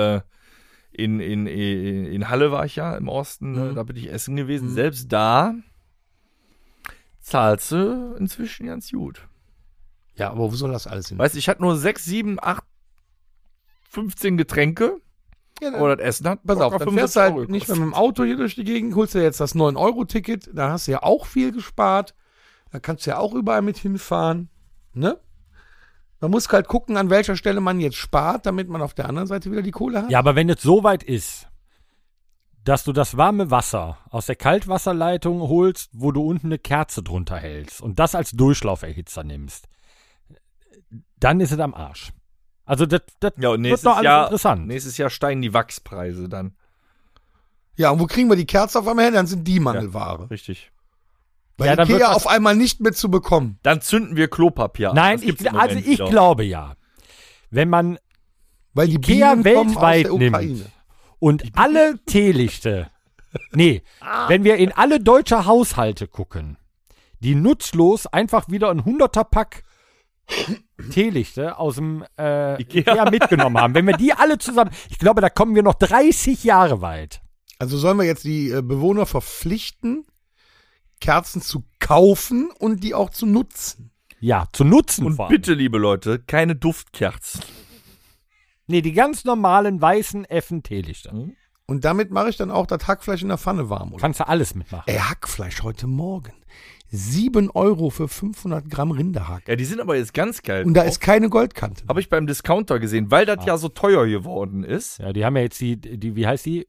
in Halle war ich ja im Osten, da bin ich essen gewesen. Selbst da zahlst du inzwischen ganz gut. Ja, aber wo soll das alles hin? Weißt du, ich hatte nur 6, 7, 8, 15 Getränke. Ja, Aber das Essen hat pass auf, locker dann fährst 45 du halt Euro nicht mehr gekostet. mit dem Auto hier durch die Gegend, holst dir jetzt das 9-Euro-Ticket, da hast du ja auch viel gespart. Da kannst du ja auch überall mit hinfahren. Ne? Man muss halt gucken, an welcher Stelle man jetzt spart, damit man auf der anderen Seite wieder die Kohle hat. Ja, aber wenn es so weit ist, dass du das warme Wasser aus der Kaltwasserleitung holst, wo du unten eine Kerze drunter hältst und das als Durchlauferhitzer nimmst, dann ist es am Arsch. Also das Ja, und wird doch alles interessant. nächstes Jahr steigen die Wachspreise dann. Ja, und wo kriegen wir die Kerze auf einmal her? Dann sind die Mangelware. Richtig. Weil Ja, dann wird Ikea das- auf einmal nicht mehr zu bekommen. Dann zünden wir Klopapier ab. Nein, Das gibt's ich im Moment wieder. glaube ja, wenn man Weil die Ikea Bienen kommen aus weltweit der Ukraine. nimmt und alle Teelichte, wenn wir in alle deutsche Haushalte gucken, die nutzlos einfach wieder ein 100er-Pack Teelichte aus dem Ikea mitgenommen haben, wenn wir die alle zusammen, ich glaube, da kommen wir noch 30 Jahre weit. Also sollen wir jetzt die Bewohner verpflichten, Kerzen zu kaufen und die auch zu nutzen? Ja, zu nutzen Und vor allem. bitte, liebe Leute, keine Duftkerzen. Nee, die ganz normalen weißen Teelichter. Und damit mache ich dann auch das Hackfleisch in der Pfanne warm. Oder? Kannst du alles mitmachen. Ey, Hackfleisch heute Morgen. 7 Euro für 500 Gramm Rinderhack. Ja, die sind aber jetzt ganz geil. Und da ist keine Goldkante. Habe ich beim Discounter gesehen, weil das ja so teuer geworden ist. Ja, die haben ja jetzt die wie heißt die?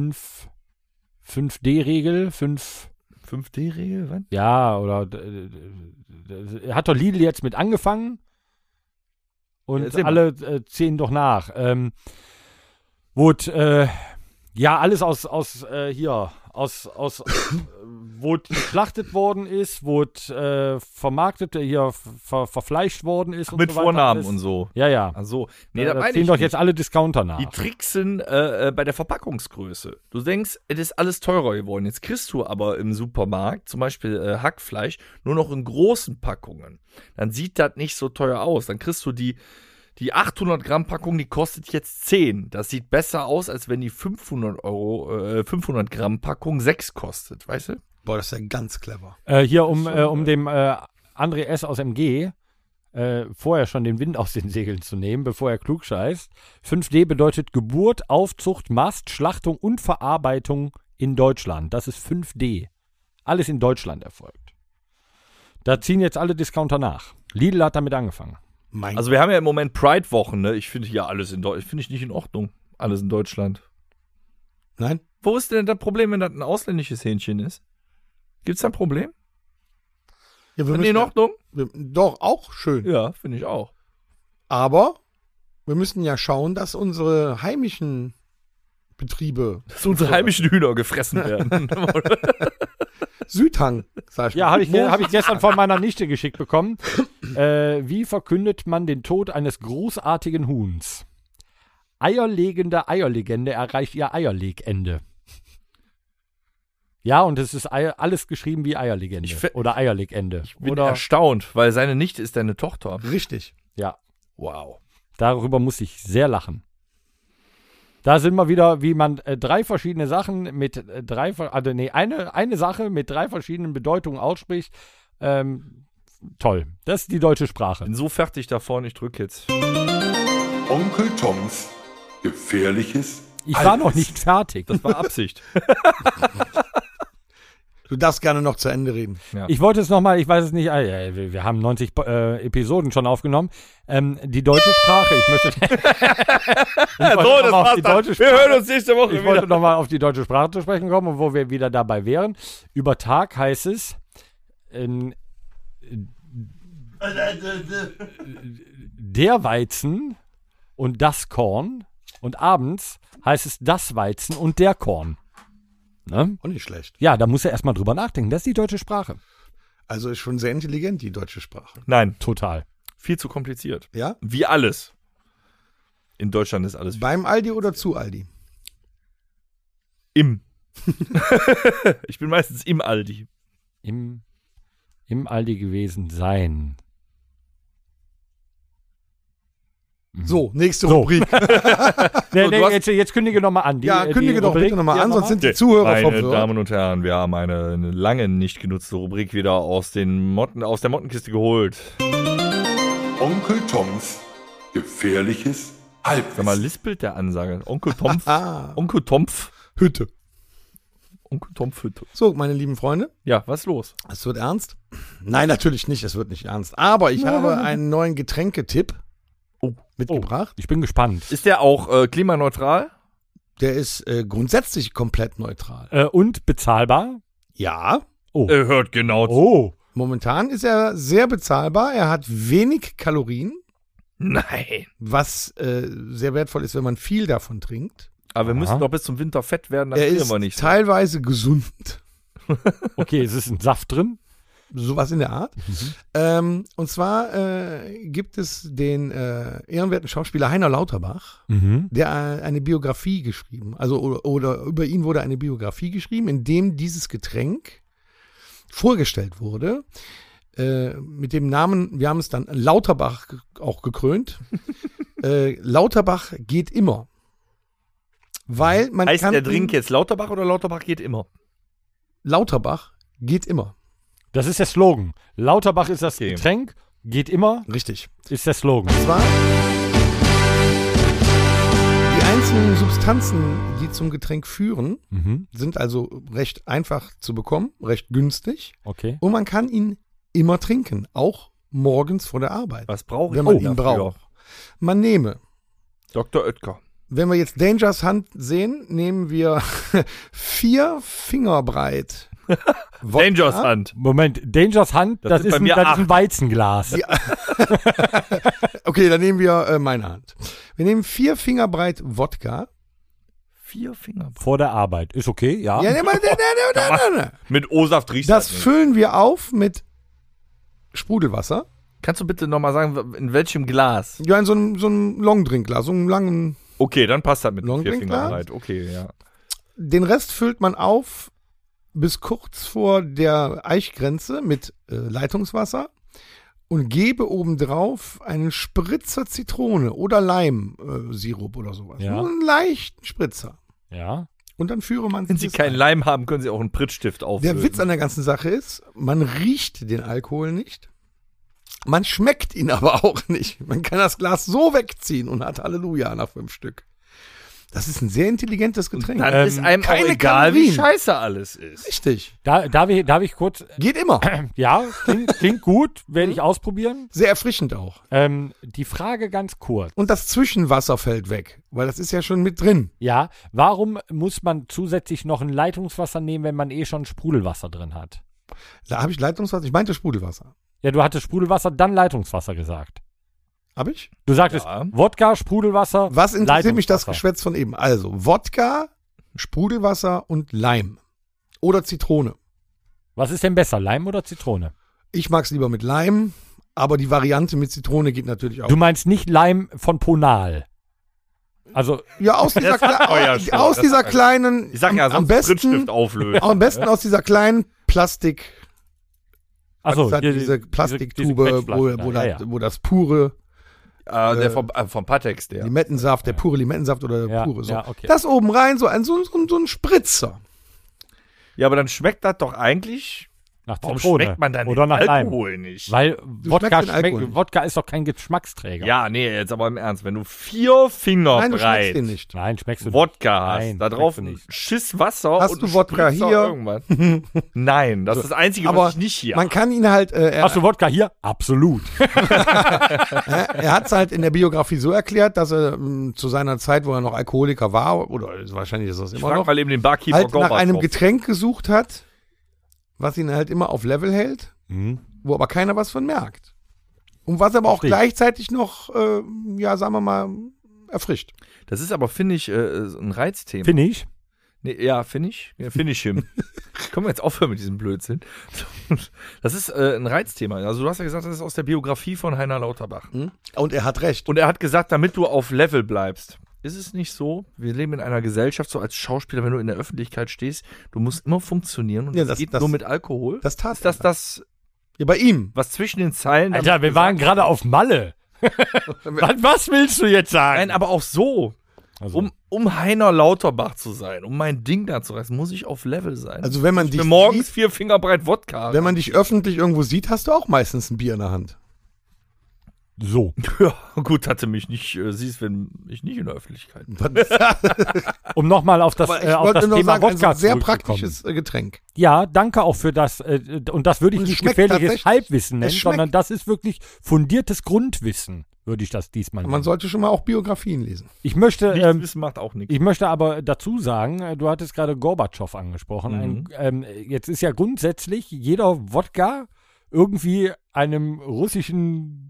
5D-Regel, 5D-Regel, was? ja, oder hat doch Lidl jetzt mit angefangen und Erzähl mal. alle ziehen doch nach. Ja, alles aus wo geschlachtet worden ist, wo vermarktet, verfleischt worden ist. Und Mit so weiter Vornamen alles. und so. Ja, ja. Ach so. Nee, Da das meine ziehen ich doch nicht. jetzt alle Discounter nach. Die tricksen bei der Verpackungsgröße. Du denkst, es ist alles teurer geworden. Jetzt kriegst du aber im Supermarkt zum Beispiel Hackfleisch nur noch in großen Packungen. Dann sieht das nicht so teuer aus. Dann kriegst du die 800 Gramm Packung, die kostet jetzt 10. Das sieht besser aus, als wenn die 500 500 Gramm Packung 6 kostet, weißt du? Boah, das ist ja ganz clever. Hier, um dem André S. aus MG vorher schon den Wind aus den Segeln zu nehmen, bevor er klug scheißt. 5D bedeutet Geburt, Aufzucht, Mast, Schlachtung und Verarbeitung in Deutschland. Das ist 5D. Alles in Deutschland erfolgt. Da ziehen jetzt alle Discounter nach. Lidl hat damit angefangen. Also wir haben ja im Moment Pride-Wochen, ne? Ich finde hier alles finde ich nicht in Ordnung. Alles in Deutschland. Nein? Wo ist denn das Problem, wenn das ein ausländisches Hähnchen ist? Gibt's da ein Problem? Ja, Finde ich in Ordnung? Doch, auch schön. Ja, finde ich auch. Aber wir müssen ja schauen, dass unsere heimischen Betriebe, Dass unsere heimischen Hühner gefressen werden. Südhang, sag ich Ja, mal. hab ich gestern von meiner Nichte geschickt bekommen. Wie verkündet man den Tod eines großartigen Huhns? Eierlegende Eierlegende erreicht ihr Eierlegende. Ja, und es ist alles geschrieben wie Eierlegende oder Eierlegende. Ich bin Oder erstaunt, weil seine Nichte ist deine Tochter. Richtig. ja, Wow. darüber muss ich sehr lachen. Da sind wir wieder, wie man drei verschiedene Sachen mit eine Sache mit 3 verschiedenen Bedeutungen ausspricht. Toll. Das ist die deutsche Sprache. Bin so fertig davon, ich drücke jetzt. Onkel Toms gefährliches Ich war noch nicht fertig. Das war Absicht. Du darfst gerne noch zu Ende reden. Ja. Ich wollte es nochmal, ich weiß es nicht, wir haben 90 Episoden schon aufgenommen. Die deutsche Sprache, ich möchte. das war's dann. Wir hören uns nächste Woche Ich wollte nochmal auf die deutsche Sprache zu sprechen kommen, und wo wir wieder dabei wären. Über Tag heißt es der Weizen und das Korn, und abends heißt es das Weizen und der Korn. Ne? Auch nicht schlecht. Ja, da muss er erstmal drüber nachdenken. Das ist die deutsche Sprache. Also ist schon sehr intelligent, die deutsche Sprache. Nein, Total. viel zu kompliziert. Ja? Wie alles. In Deutschland ist alles Beim Aldi oder zu Aldi? im. Ich bin meistens im Aldi. Im Aldi gewesen sein. So, nächste So. Rubrik. Jetzt kündige nochmal an. Kündige doch bitte nochmal an, sonst sind die Zuhörer Meine verwirrt. Damen und Herren, wir haben eine lange nicht genutzte Rubrik wieder aus der Mottenkiste geholt. Onkel Toms gefährliches Sag mal, Halbwissen. lispelt der Ansage. Onkel Tompf. Onkel Tompf. Hütte. Onkel Tompf Hütte. So, meine lieben Freunde, Ja, was ist los? es wird ernst. Nein, natürlich nicht, es wird nicht ernst. Aber ich habe einen neuen Getränketipp mitgebracht. Ich bin gespannt. Ist der auch klimaneutral? Der ist grundsätzlich komplett neutral. Und bezahlbar? Ja, Hört genau zu. Oh. momentan ist er sehr bezahlbar. Er hat wenig Kalorien, Nein. was sehr wertvoll ist, wenn man viel davon trinkt. Aber wir müssen doch bis zum Winter fett werden, das Er kriegen ist wir nicht. teilweise gesund. Okay, es ist ein Saft drin. Sowas in der Art. Und zwar gibt es den ehrenwerten Schauspieler Heiner Lauterbach, der eine Biografie geschrieben, also oder über ihn wurde eine Biografie geschrieben, in dem dieses Getränk vorgestellt wurde. Mit dem Namen, wir haben es dann Lauterbach auch gekrönt. Lauterbach geht immer. Weil man Heißt kann der Drink jetzt Lauterbach oder Lauterbach geht immer? Lauterbach geht immer. Das ist der Slogan. Lauterbach ist das Okay. Getränk, geht immer, Richtig. ist der Slogan. Und zwar die einzelnen Substanzen, die zum Getränk führen, sind also recht einfach zu bekommen, recht günstig. Okay. Und man kann ihn immer trinken, auch morgens vor der Arbeit, Was brauche ich wenn man denn ihn dafür? braucht. Man nehme, Dr. Oetker. wenn wir jetzt Dangers Hand sehen, nehmen wir 4 Finger breit. Wodka. Dangers Hand. Moment, Dangers Hand, Das das sind ist bei ein mir 8. Weizenglas. Okay, dann nehmen wir meine Hand. Wir nehmen 4 Finger breit Wodka. 4 Finger. Vor der Arbeit. Ist okay, ja. Ja, nein. Mit O-Saft riecht Das nicht. füllen wir auf mit Sprudelwasser. Kannst du bitte nochmal sagen, in welchem Glas? Ja, in so einem Longdrinkglas, so einem langen. Okay, dann passt das mit den 4 Longdrink, Fingern klar? breit. Okay, ja. Den Rest füllt man auf bis kurz vor der Eichgrenze mit Leitungswasser und gebe obendrauf einen Spritzer Zitrone oder Leimsirup oder sowas. Ja. Nur einen leichten Spritzer. Ja. Und dann führe man Wenn Sie keinen Leim haben, können Sie auch einen Prittstift auffüllen. Der Witz an der ganzen Sache ist, man riecht den Alkohol nicht. Man schmeckt ihn aber auch nicht. Man kann das Glas so wegziehen und hat Halleluja nach 5 Stück. Das ist ein sehr intelligentes Getränk. Dann ist einem auch keine egal, wie Kalorien. scheiße alles ist. Richtig. Darf ich kurz, Geht immer. ja, klingt gut, werde ich ausprobieren. Sehr erfrischend auch. Die Frage ganz kurz. Und das Zwischenwasser fällt weg, weil das ist ja schon mit drin. Ja, warum muss man zusätzlich noch ein Leitungswasser nehmen, wenn man eh schon Sprudelwasser drin hat? Da habe ich Leitungswasser. Ich meinte Sprudelwasser. Ja, du hattest Sprudelwasser, dann Leitungswasser gesagt. Habe ich? Du sagtest Ja. Wodka, Sprudelwasser, Was interessiert mich das Leitungswasser. Geschwätz von eben? Also Wodka, Sprudelwasser und Leim. Oder Zitrone. Was ist denn besser, Leim oder Zitrone? Ich mag es lieber mit Leim, aber die Variante mit Zitrone geht natürlich auch. Du meinst nicht Leim von Ponal. Also, Ja, aus dieser, euer Spruch, aus das dieser sagt euer- kleinen, Ich sag ja, am sonst besten, Prittstift auflösen. am besten aus dieser kleinen Plastik, achso, diese Plastiktube, Quetschflasche da, wo ja, ja. wo das pure Der vom Patex, der. Limettensaft, der pure Limettensaft oder der Ja, pure. So. ja, okay. Das oben rein, so ein Spritzer. Ja, aber dann schmeckt das doch eigentlich. Nach Warum Zitrone. schmeckt man dann Oder den nach Leim. Alkohol nicht? Weil Wodka, schmeckst den Alkohol nicht. Wodka ist doch kein Geschmacksträger. Ja, nee, jetzt aber im Ernst. Wenn du 4 Finger Nein, du schmeckst breit den nicht. Nein, schmeckst du Wodka hast, Nein, da drauf schmeckst du ein nicht. Schiss Wasser Hast und du ein Wodka Spritzer hier? Irgendwas. Nein, das ist das Einzige, Aber was ich nicht hier man kann ihn halt, Hast du Wodka hier? Absolut. er hat es halt in der Biografie so erklärt, dass er zu seiner Zeit, wo er noch Alkoholiker war, oder wahrscheinlich ist das Ich immer frag noch, mal eben den Barkeeper halt nach Gorbatschow. einem Getränk gesucht hat, was ihn halt immer auf Level hält, wo aber keiner was von merkt. Und was aber auch Verstehe. gleichzeitig noch, ja, sagen wir mal, erfrischt. Das ist aber, finde ich, ein Reizthema. Finish? Nee, ja, Finish? Ja, Finish him. Können wir jetzt aufhören mit diesem Blödsinn? Das ist ein Reizthema. Also du hast ja gesagt, das ist aus der Biografie von Heiner Lauterbach. Und er hat recht. Und er hat gesagt, damit du auf Level bleibst. Ist es nicht so? Wir leben in einer Gesellschaft, so als Schauspieler, wenn du in der Öffentlichkeit stehst, du musst immer funktionieren und Ja, das geht das- nur mit Alkohol. das tat ist das, Ja, bei ihm. was zwischen den Zeilen... Alter, damit wir waren gesagt gerade auf Malle. was willst du jetzt sagen? Nein, aber auch so. Also, Um Heiner Lauterbach zu sein, um mein Ding da zu reißen, muss ich auf Level sein. Also wenn man ich dich bin morgens sieht, 4 Finger breit Wodka. wenn man dich öffentlich irgendwo sieht, hast du auch meistens ein Bier in der Hand. so. Ja, gut, hatte mich nicht siehst, wenn ich nicht in der Öffentlichkeit bin. Um nochmal auf das, Aber ich auf das wollte nur Thema sagen, Wodka ein sehr zurückzukommen. praktisches Getränk. Ja, danke auch für das. Und das würde ich Und es nicht schmeckt gefährliches tatsächlich. Halbwissen Es nennen, schmeckt. sondern das ist wirklich fundiertes Grundwissen, würde ich das diesmal Man nennen. sollte schon mal auch Biografien lesen. Ich möchte, Nichts wissen macht auch nichts. ich möchte aber dazu sagen, du hattest gerade Gorbatschow angesprochen. Jetzt ist ja grundsätzlich jeder Wodka irgendwie einem russischen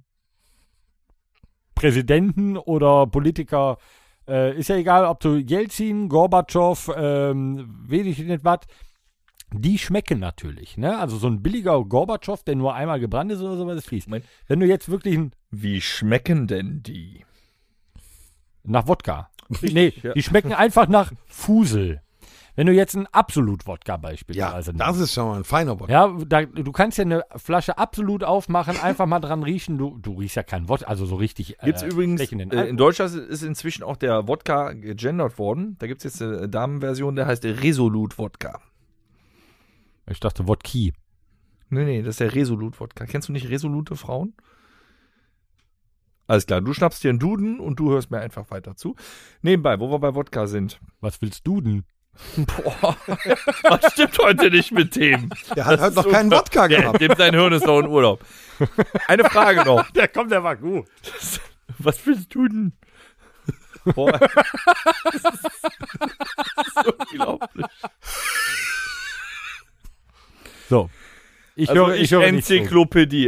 Präsidenten oder Politiker, ist ja egal, ob du Jelzin, Gorbatschow, weiß ich nicht was, die schmecken natürlich. Ne? Also so ein billiger Gorbatschow, der nur einmal gebrannt ist oder sowas, ist fies. Moment. Wenn du jetzt wirklich Wie schmecken denn die? nach Wodka. Nee, ja. die schmecken einfach nach Fusel. Wenn du jetzt ein Absolut-Wodka Ja, beispielsweise das ist schon mal ein feiner Wodka. Ja, du kannst ja eine Flasche Absolut aufmachen, einfach mal dran riechen. Du riechst ja kein Wodka, also so richtig. Gibt's übrigens, stechenden in Alkohol. Deutschland ist inzwischen auch der Wodka gegendert worden. Da gibt es jetzt eine Damenversion, der heißt Resolut Wodka. Ich dachte Wodki. Nee, das ist der Resolut Wodka. Kennst du nicht resolute Frauen? Alles klar, du schnappst dir einen Duden und du hörst mir einfach weiter zu. Nebenbei, wo wir bei Wodka sind. Was willst du denn? Boah, was stimmt heute nicht mit dem? Der hat halt noch keinen Wodka gehabt. Dem sein Hirn ist noch in Urlaub. Eine Frage noch. Der war gut. Was willst du denn? Boah. Das ist unglaublich. So. Ich Also höre nicht zu. Enzyklopädie.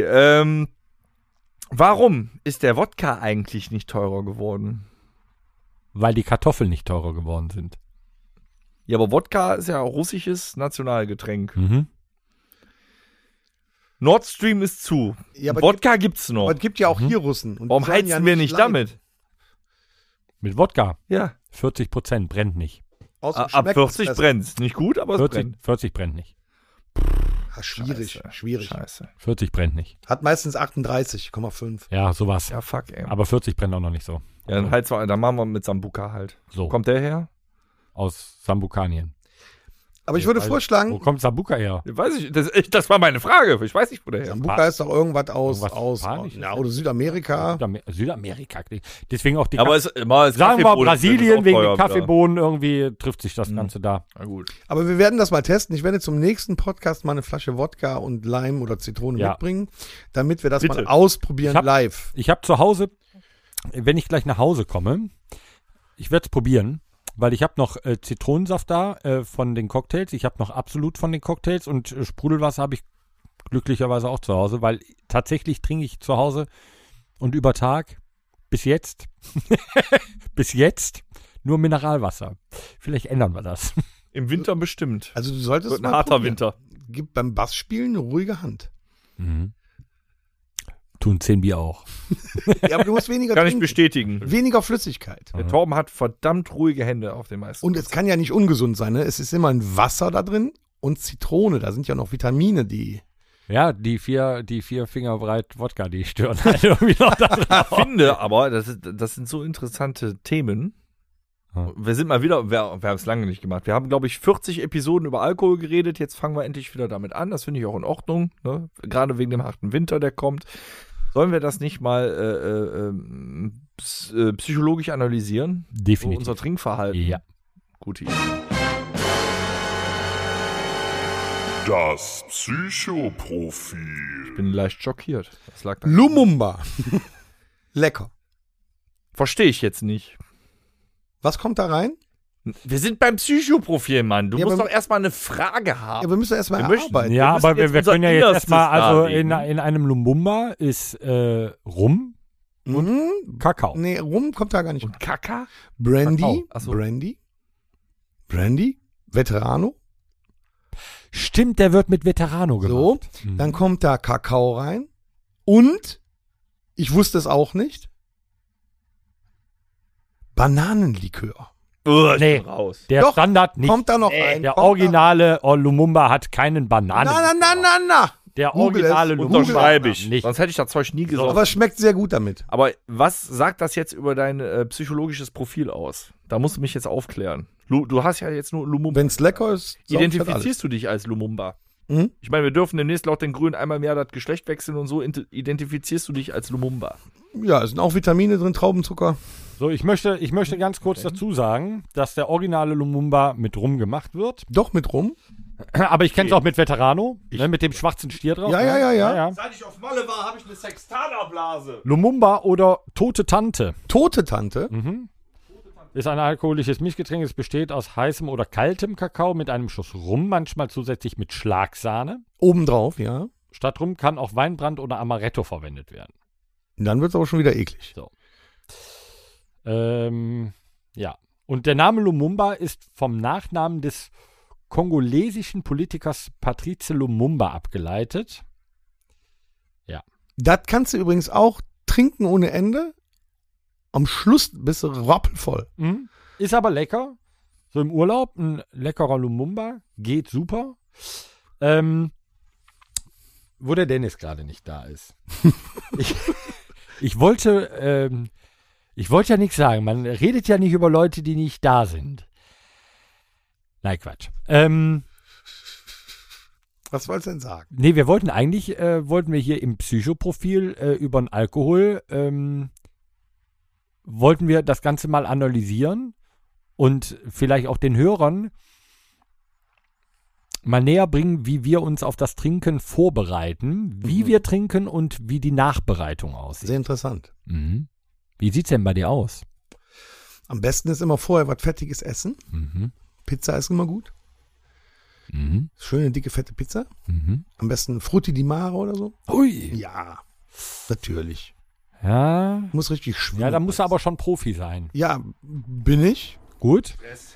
Warum ist der Wodka eigentlich nicht teurer geworden? Weil die Kartoffeln nicht teurer geworden sind. Ja, aber Wodka ist ja auch russisches Nationalgetränk. Nord Stream ist zu. Ja, aber Wodka gibt's noch. Aber es gibt ja auch hier Russen. Und die Warum sollen heizen ja wir nicht leiden. damit? Mit Wodka. Ja. 40% brennt nicht. Außerdem Ab schmeckt 40 es brennt's. Nicht gut, aber es brennt. 40 brennt nicht. besser. Schwierig, schwierig. Scheiße. 40 brennt nicht. Hat meistens 38,5. Ja, sowas. Ja, fuck, ey. Aber 40 brennt auch noch nicht so. Ja, dann machen wir mit Sambuca halt. So. Wo kommt der her? Aus Sambukanien. Aber ich würde Wo vorschlagen, kommt Sambuca her? Weiß ich, das war meine Frage. Ich weiß nicht, wo der her. Sambuca ist doch irgendwas aus Spanisches? ja, oder Südamerika. Südamerika. Deswegen auch die Aber es immer sagen wir Kaffeebohnen, Brasilien das ist wegen auch den teuer wieder. Kaffeebohnen irgendwie trifft sich das Ganze da. Na gut. Aber wir werden das mal testen. Ich werde zum nächsten Podcast mal eine Flasche Wodka und Lime oder Zitrone Ja. mitbringen, damit wir das Bitte. mal ausprobieren Ich hab- live. Ich habe zu Hause, wenn ich gleich nach Hause komme, ich werde es probieren, weil ich habe noch Zitronensaft da von den Cocktails, ich habe noch Absolut von den Cocktails und Sprudelwasser habe ich glücklicherweise auch zu Hause, weil tatsächlich trinke ich zu Hause und über Tag bis jetzt nur Mineralwasser. Vielleicht ändern wir das. Im Winter bestimmt. Also du solltest Wird ein mal harter probieren. Winter. Gib beim Bassspielen eine ruhige Hand. Tun 10 Bier auch. Ja, aber du musst weniger Kann ich trinken. bestätigen. Weniger Flüssigkeit. Der Torben hat verdammt ruhige Hände auf den meisten. Und es kann ja nicht ungesund sein, ne? Es ist immer ein Wasser da drin und Zitrone. Da sind ja noch Vitamine, die Ja, die vier Finger breit Wodka, die stören halt irgendwie noch da drauf. Ich finde aber, das sind so interessante Themen. Ja. Wir sind mal wieder, wir haben es lange nicht gemacht. Wir haben, glaube ich, 40 Episoden über Alkohol geredet. Jetzt fangen wir endlich wieder damit an. Das finde ich auch in Ordnung. Ne? Gerade wegen dem harten Winter, der kommt. Sollen wir das nicht mal psychologisch analysieren? Definitiv. So unser Trinkverhalten. Ja. Gute Idee. Das Psychoprofil. Ich bin leicht schockiert. Das lag da. Lumumba. Lecker. Verstehe ich jetzt nicht. Was kommt da rein? Wir sind beim Psychoprofil, Mann. Du Ja, musst aber- doch erstmal eine Frage haben. Ja, wir müssen erstmal Wir möchten- erarbeiten. Ja, müssen aber jetzt wir unser können ja jetzt Innerstes erstmal, also darlegen. in einem Lumumba ist Rum, Kakao. Nee, Rum kommt da gar nicht. Und Kaka? Brandy. Kakao. Ach so. Brandy. Veterano. Stimmt, der wird mit Veterano So. gemacht. Mhm. Dann kommt da Kakao rein. Und, ich wusste es auch nicht, Bananenlikör. Ich Nee. bin raus. Der Doch, Standard nicht. Kommt da noch rein. Der kommt originale Lumumba hat keinen Da. Bananen. Na. Der Google originale es. Lumumba Unterschreibe ich. nicht. Sonst hätte ich das Zeug nie gesoffen. Aber es schmeckt sehr gut damit. Aber was sagt das jetzt über dein psychologisches Profil aus? Da musst du mich jetzt aufklären. Du hast ja jetzt nur Lumumba. Wenn es lecker ist, saugt halt alles. Identifizierst du dich als Lumumba? Mhm. Ich meine, wir dürfen demnächst laut den Grünen einmal im Jahr das Geschlecht wechseln und so. Identifizierst du dich als Lumumba? Ja, es sind auch Vitamine drin, Traubenzucker. So, ich möchte ganz kurz dazu sagen, dass der originale Lumumba mit Rum gemacht wird. Doch mit Rum. Aber ich kenne es auch mit Veterano, ne, mit dem schwarzen Stier drauf. Ja, ne? ja. Seit ich auf Malle war, habe ich eine Sextanerblase. Lumumba oder Tote Tante Tote Tante. ist ein alkoholisches Mischgetränk. Es besteht aus heißem oder kaltem Kakao mit einem Schuss Rum, manchmal zusätzlich mit Schlagsahne. Obendrauf, ja. Statt Rum kann auch Weinbrand oder Amaretto verwendet werden. Dann wird es aber schon wieder eklig. Ja. Und der Name Lumumba ist vom Nachnamen des kongolesischen Politikers Patrice Lumumba abgeleitet. Das kannst du übrigens auch trinken ohne Ende. Am Schluss bist du rappelvoll. Ist aber lecker. So im Urlaub ein leckerer Lumumba. Geht super. Wo der Dennis gerade nicht da ist. Ich wollte ja nichts sagen. Man redet ja nicht über Leute, die nicht da sind. Nein, Quatsch. Was wolltest du denn sagen? Nee, wir wollten eigentlich, wollten wir hier im Psychoprofil über den Alkohol, wollten wir das Ganze mal analysieren und vielleicht auch den Hörern mal näher bringen, wie wir uns auf das Trinken vorbereiten, wie wir trinken und wie die Nachbereitung aussieht. Sehr interessant. Mhm. Wie sieht's denn bei dir aus? Am besten ist immer vorher was Fettiges essen. Mhm. Pizza ist immer gut. Mhm. Schöne, dicke, fette Pizza. Mhm. Am besten Frutti di Mare oder so. Ui. Ja, natürlich. Ja. Muss richtig schwimmen. Ja, da muss er aber schon Profi sein. Ja, bin ich. Gut.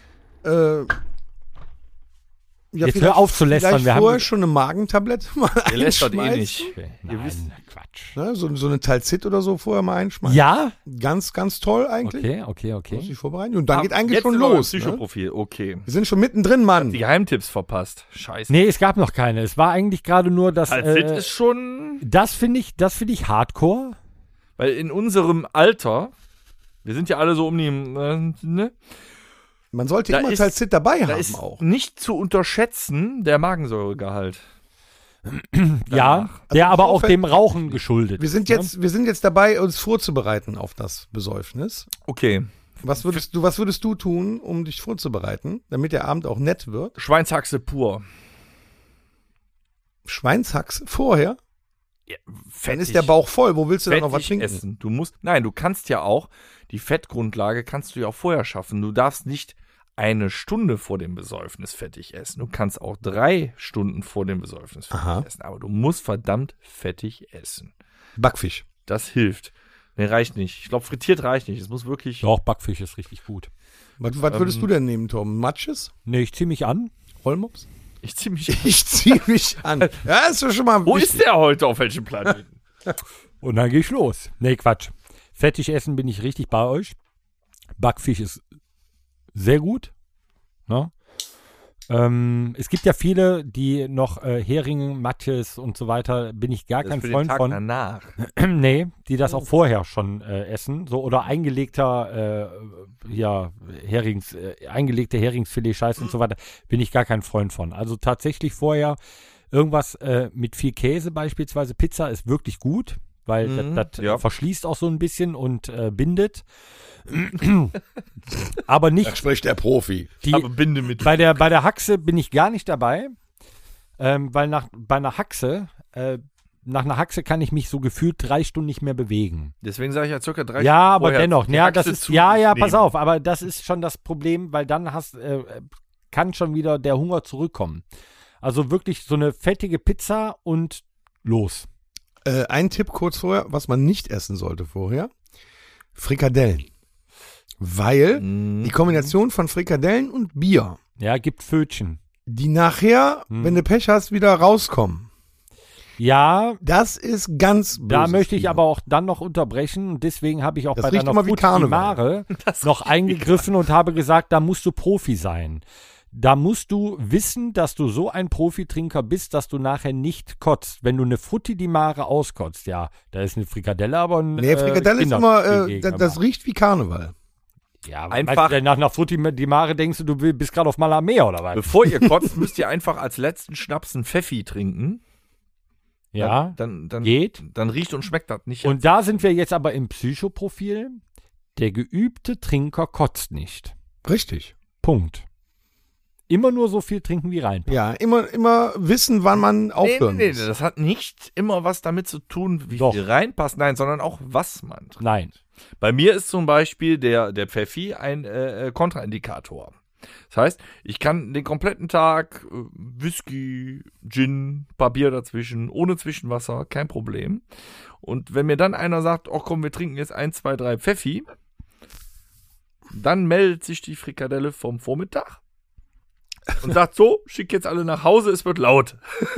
Ja, Jetzt vielleicht- hör auf zu lästern, Vielleicht wir haben- vorher schon eine Magentablette mal Ihr lästert einschmeißen. nicht. Nein, wisst- Quatsch. Ne, so eine Talzit oder so vorher mal einschmeißen. Ja? Ganz, ganz toll eigentlich. Okay. Muss ich vorbereiten. Und dann geht eigentlich Jetzt schon sind wir beim los. Ne? Psychoprofil, okay. Wir sind schon mittendrin, Mann. Die Geheimtipps verpasst. Scheiße. Nee, es gab noch keine. Es war eigentlich gerade nur das. Talzit ist schon, Das finde ich Hardcore. weil in unserem Alter, wir sind ja alle so um die, ne? Man sollte Da immer ist- Talzit dabei Da haben ist auch. nicht zu unterschätzen der Magensäuregehalt. Ja, der im aber auch Vorfeld- dem Rauchen geschuldet. Wir sind ist, ne? jetzt dabei, uns vorzubereiten auf das Besäufnis. Okay. Was würdest du tun, um dich vorzubereiten, damit der Abend auch nett wird? Schweinshaxe pur. Schweinshax vorher? Ja, Dann ist der Bauch voll. Wo willst du dann noch was fettig trinken? essen. Du kannst ja auch, die Fettgrundlage kannst du ja auch vorher schaffen. Du darfst nicht 1 Stunde vor dem Besäufnis fettig essen. Du kannst auch 3 Stunden vor dem Besäufnis fettig Aha. essen. Aber du musst verdammt fettig essen. Backfisch. Das hilft. Nee, reicht nicht. Ich glaube, frittiert reicht nicht. Es muss wirklich. Doch, Backfisch ist richtig gut. Was würdest du denn nehmen, Tom? Matches? Nee, ich zieh mich an. Rollmops? Ich zieh mich. Ich zieh mich an. Ja, ist doch schon mal Wo wichtig. ist der heute auf welchem Planeten? Und dann geh ich los. Nee, Quatsch. Fettig essen bin ich richtig bei euch. Backfisch ist sehr gut. Ne? Es gibt ja viele, die noch Hering, Matjes und so weiter, bin ich gar Das kein für den Freund Tag von. danach. Nee, die das auch vorher schon essen. So, oder eingelegte Heringsfilet-Scheiß und so weiter, bin ich gar kein Freund von. Also tatsächlich vorher irgendwas mit viel Käse beispielsweise. Pizza ist wirklich gut, weil das verschließt auch so ein bisschen und bindet. Aber Da nicht spricht der Profi. Aber Binde mit. bei der Haxe bin ich gar nicht dabei, weil nach einer Haxe kann ich mich so gefühlt 3 Stunden nicht mehr bewegen. Deswegen sage ich ja circa 3 Ja, aber vorher dennoch, die ja, das Achse ist, zu ja, nehmen. pass auf, aber das ist schon das Problem, weil dann kann schon wieder der Hunger zurückkommen. Also wirklich so eine fettige Pizza und los. Ein Tipp kurz vorher, was man nicht essen sollte vorher. Frikadellen. Weil die Kombination von Frikadellen und Bier, Ja, gibt Pfötchen. die nachher, wenn du Pech hast, wieder rauskommen. Ja, Das ist ganz böse. da möchte ich aber auch dann noch unterbrechen und deswegen habe ich auch Das bei riecht deiner immer wie Frutti Karneval. Mare noch eingegriffen und habe gesagt, da musst du Profi sein. Da musst du wissen, dass du so ein Profitrinker bist, dass du nachher nicht kotzt. Wenn du eine Frutti di Mare auskotzt, ja, da ist eine Frikadelle, aber ein Nee, Frikadelle ist Kinder- immer, das riecht wie Karneval. Ja, Einfach- meinst du denn nach einer Frutti di Mare denkst du, du bist gerade auf Malamea oder was? Bevor ihr kotzt, müsst ihr einfach als letzten Schnaps einen Pfeffi trinken. Ja, Dann geht. Dann riecht und schmeckt das nicht. Und da sind wir jetzt aber im Psychoprofil. Der geübte Trinker kotzt nicht. Richtig. Punkt. Immer nur so viel trinken, wie reinpasst. Ja, immer wissen, wann man aufhören nee, muss. das hat nicht immer was damit zu tun, wie Doch. viel reinpasst, nein, sondern auch, was man trinkt. Nein. Bei mir ist zum Beispiel der Pfeffi ein Kontraindikator. Das heißt, ich kann den kompletten Tag Whisky, Gin, paar Bier dazwischen, ohne Zwischenwasser, kein Problem. Und wenn mir dann einer sagt, oh komm, wir trinken jetzt 1, 2, 3 Pfeffi, dann meldet sich die Frikadelle vom Vormittag und sagt so, schick jetzt alle nach Hause, es wird laut.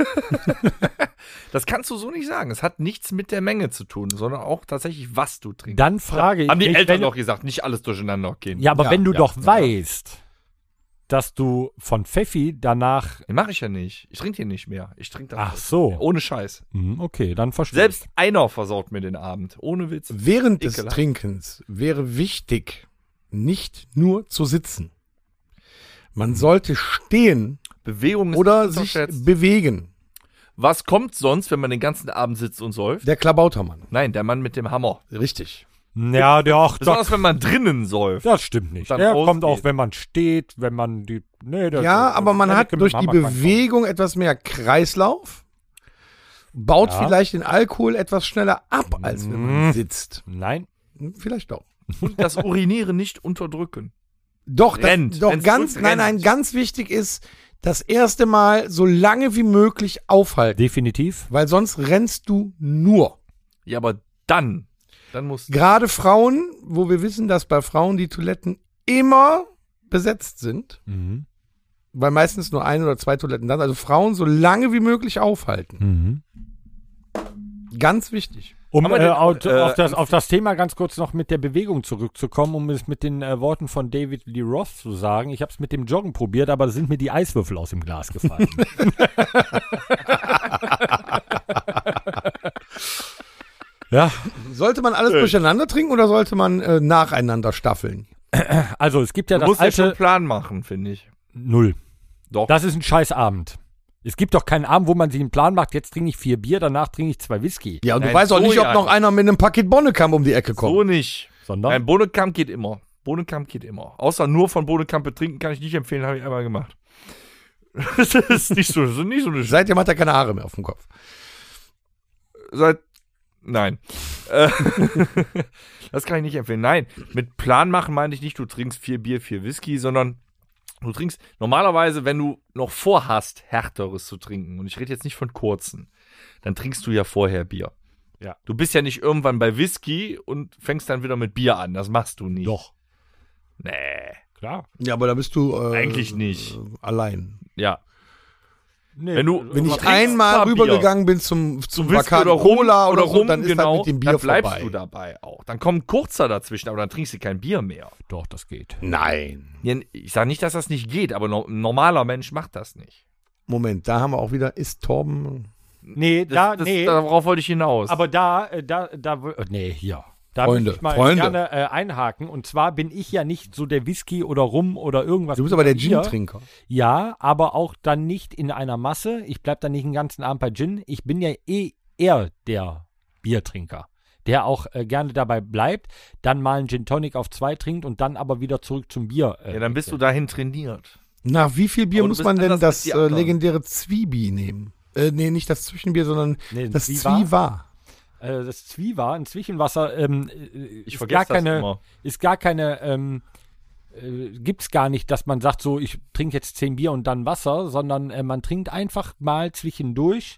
Das kannst du so nicht sagen. Es hat nichts mit der Menge zu tun, sondern auch tatsächlich, was du trinkst. Dann frage ich Haben die mich, Eltern wenn, doch gesagt, nicht alles durcheinander gehen. Ja, aber Ja, wenn du ja, doch ja. weißt, dass du von Pfeffi danach. Den mache ich ja nicht. Ich trinke den nicht mehr. Ich trinke das Ach so. ohne Scheiß. Okay, dann verstehe Selbst einer versaut mir den Abend. Ohne Witz. Während des Ekelhaft. Trinkens wäre wichtig, nicht nur zu sitzen. Man sollte stehen Bewegung ist oder nicht sich unterschätzt. bewegen. Was kommt sonst, wenn man den ganzen Abend sitzt und säuft? Der Klabautermann. Nein, der Mann mit dem Hammer. Richtig. ich. Ja, doch, Besonders wenn man drinnen säuft. das stimmt nicht. Dann Er kommt rausgeht. auch, wenn man steht, wenn man die. Nee, das, Ja, aber man der hat mit dem durch die Hammer kann kommen. Bewegung etwas mehr Kreislauf, baut Ja. vielleicht den Alkohol etwas schneller ab, als wenn man sitzt. Nein. Vielleicht doch. Und das Urinieren nicht unterdrücken. Doch, Rennt, doch wenn's ganz, zurückrennt. nein, ganz wichtig ist, das erste Mal so lange wie möglich aufhalten, Definitiv. weil sonst rennst du nur. Ja, aber dann musst du. Gerade Frauen, wo wir wissen, dass bei Frauen die Toiletten immer besetzt sind, Mhm. weil meistens nur 1 oder 2 Toiletten da sind, also Frauen so lange wie möglich aufhalten. Mhm. Ganz wichtig. Um Haben wir denn auch, auf das Thema ganz kurz noch mit der Bewegung zurückzukommen, um es mit den Worten von David Lee Roth zu sagen. Ich habe es mit dem Joggen probiert, aber da sind mir die Eiswürfel aus dem Glas gefallen. Ja, Sollte man alles durcheinander trinken oder sollte man nacheinander staffeln? also es gibt ja Du das musst ja schon einen alte Plan machen, finde ich. Null. Doch. Das ist ein scheiß Abend. Es gibt doch keinen Abend, wo man sich einen Plan macht, jetzt trinke ich 4 Bier, danach trinke ich 2 Whisky. Ja, und du Nein, weißt auch so nicht, ob ja. noch einer mit einem Paket Bonnekamp um die Ecke kommt. So nicht. Sondern? Nein, Bohnekamp geht immer. Bohnekamp geht immer. Außer nur von Bohnekamp betrinken kann ich nicht empfehlen, habe ich einmal gemacht. Das ist nicht so eine Seitdem hat er keine Haare mehr auf dem Kopf. Nein. Das kann ich nicht empfehlen. Nein, mit Plan machen meine ich nicht, du trinkst 4 Bier, 4 Whisky, sondern du trinkst normalerweise, wenn du noch vorhast, Härteres zu trinken, und ich rede jetzt nicht von kurzen, dann trinkst du ja vorher Bier. Ja. Du bist ja nicht irgendwann bei Whisky und fängst dann wieder mit Bier an. Das machst du nicht. Doch, Nee. klar. Ja, aber da bist du Eigentlich nicht. allein. Ja. Nee, Wenn ich trinkst einmal ein paar rübergegangen bin zum Whisky Bacardi oder Rum Cola oder so, Rum, dann ist genau, das mit dem Bier dann bleibst vorbei. du dabei auch. Dann kommt ein kurzer dazwischen, aber dann trinkst du kein Bier mehr. Doch, das geht. Nein. Ja, ich sage nicht, dass das nicht geht, aber ein normaler Mensch macht das nicht. Moment, da haben wir auch wieder, ist Torben... Nee, Darauf wollte ich hinaus. aber nee, hier. Da Freunde, würde ich mal Freunde. gerne einhaken. Und zwar bin ich ja nicht so der Whisky oder Rum oder irgendwas. Du bist aber der Bier. Gin-Trinker. Ja, aber auch dann nicht in einer Masse. Ich bleib dann nicht den ganzen Abend bei Gin. Ich bin ja eher der Biertrinker, der auch gerne dabei bleibt, dann mal einen Gin Tonic auf 2 trinkt und dann aber wieder zurück zum Bier. ja, dann bist du dahin trainiert. Nach wie viel Bier Aber du muss bist man denn anders das als die anderen. legendäre Zwiebi nehmen? Nee, nicht das Zwischenbier, sondern Nee, das Zwiewa. Zwiewa. Das Zwiewa, ein Zwischenwasser, Ich vergesse das immer. ist gar keine, gibt's gar nicht, dass man sagt, so, ich trinke jetzt 10 Bier und dann Wasser, sondern man trinkt einfach mal zwischendurch,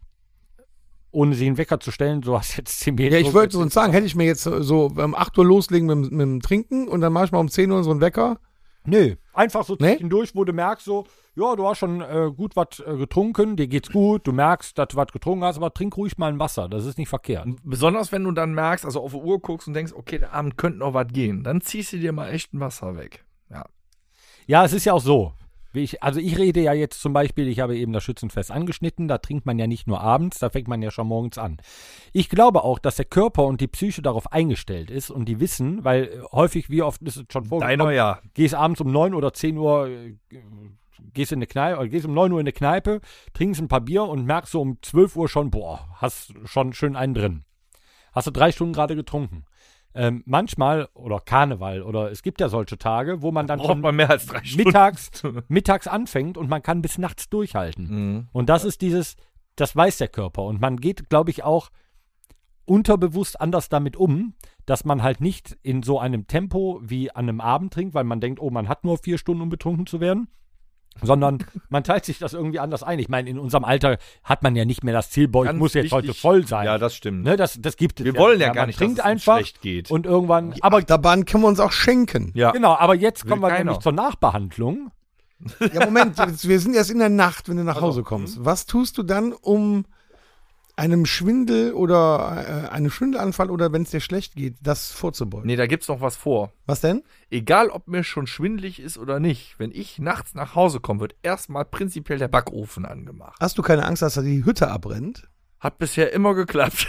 ohne sich einen Wecker zu stellen, so hast jetzt 10 Bier. Ja, ich wollte sonst sagen, hätte ich mir jetzt so um 8 Uhr loslegen mit dem Trinken und dann mache ich mal um 10 Uhr so einen Wecker. Nö, einfach so Nee? zwischendurch, wo du merkst, so, ja, du hast schon gut was getrunken, dir geht's gut, du merkst, dass du was getrunken hast, aber trink ruhig mal ein Wasser, das ist nicht verkehrt. Besonders wenn du dann merkst, also auf die Uhr guckst und denkst, okay, der Abend könnte noch was gehen, dann ziehst du dir mal echt ein Wasser weg. Ja. Ja, es ist ja auch so. Ich rede ja jetzt zum Beispiel, ich habe eben das Schützenfest angeschnitten, da trinkt man ja nicht nur abends, da fängt man ja schon morgens an. Ich glaube auch, dass der Körper und die Psyche darauf eingestellt ist und die wissen, weil häufig, wie oft ist es schon vorgekommen, Deiner ja. gehst abends um 9 oder 10 Uhr, gehst in eine Kneipe, oder gehst um 9 Uhr in eine Kneipe, trinkst ein paar Bier und merkst so um 12 Uhr schon, boah, hast schon schön einen drin. Hast du 3 Stunden gerade getrunken. Manchmal, oder Karneval, oder es gibt ja solche Tage, wo man dann Braucht schon man mehr als 3 Stunden. mittags anfängt und man kann bis nachts durchhalten. Mhm. Und das ist das weiß der Körper. Und man geht, glaube ich, auch unterbewusst anders damit um, dass man halt nicht in so einem Tempo wie an einem Abend trinkt, weil man denkt, oh, man hat nur 4 Stunden, um betrunken zu werden. Sondern man teilt sich das irgendwie anders ein. Ich meine, in unserem Alter hat man ja nicht mehr das Ziel, boah, ich Ganz muss jetzt wichtig. heute voll sein. Ja, das stimmt. Ne, das gibt es Wir wollen ja Man gar nicht, trinkt dass es uns einfach schlecht geht. und irgendwann, Die aber Achterbahn können wir uns auch schenken. Ja. genau, aber jetzt Will kommen wir keiner. nämlich zur Nachbehandlung. Ja, Moment, wir sind erst in der Nacht, wenn du nach Hause kommst. Was tust du dann, um einem Schwindel oder einem Schwindelanfall oder wenn es dir schlecht geht, das vorzubeugen? Nee, da gibt's noch was vor. Was denn? Egal, ob mir schon schwindelig ist oder nicht, wenn ich nachts nach Hause komme, wird erstmal prinzipiell der Backofen angemacht. Hast du keine Angst, dass da die Hütte abbrennt? Hat bisher immer geklappt.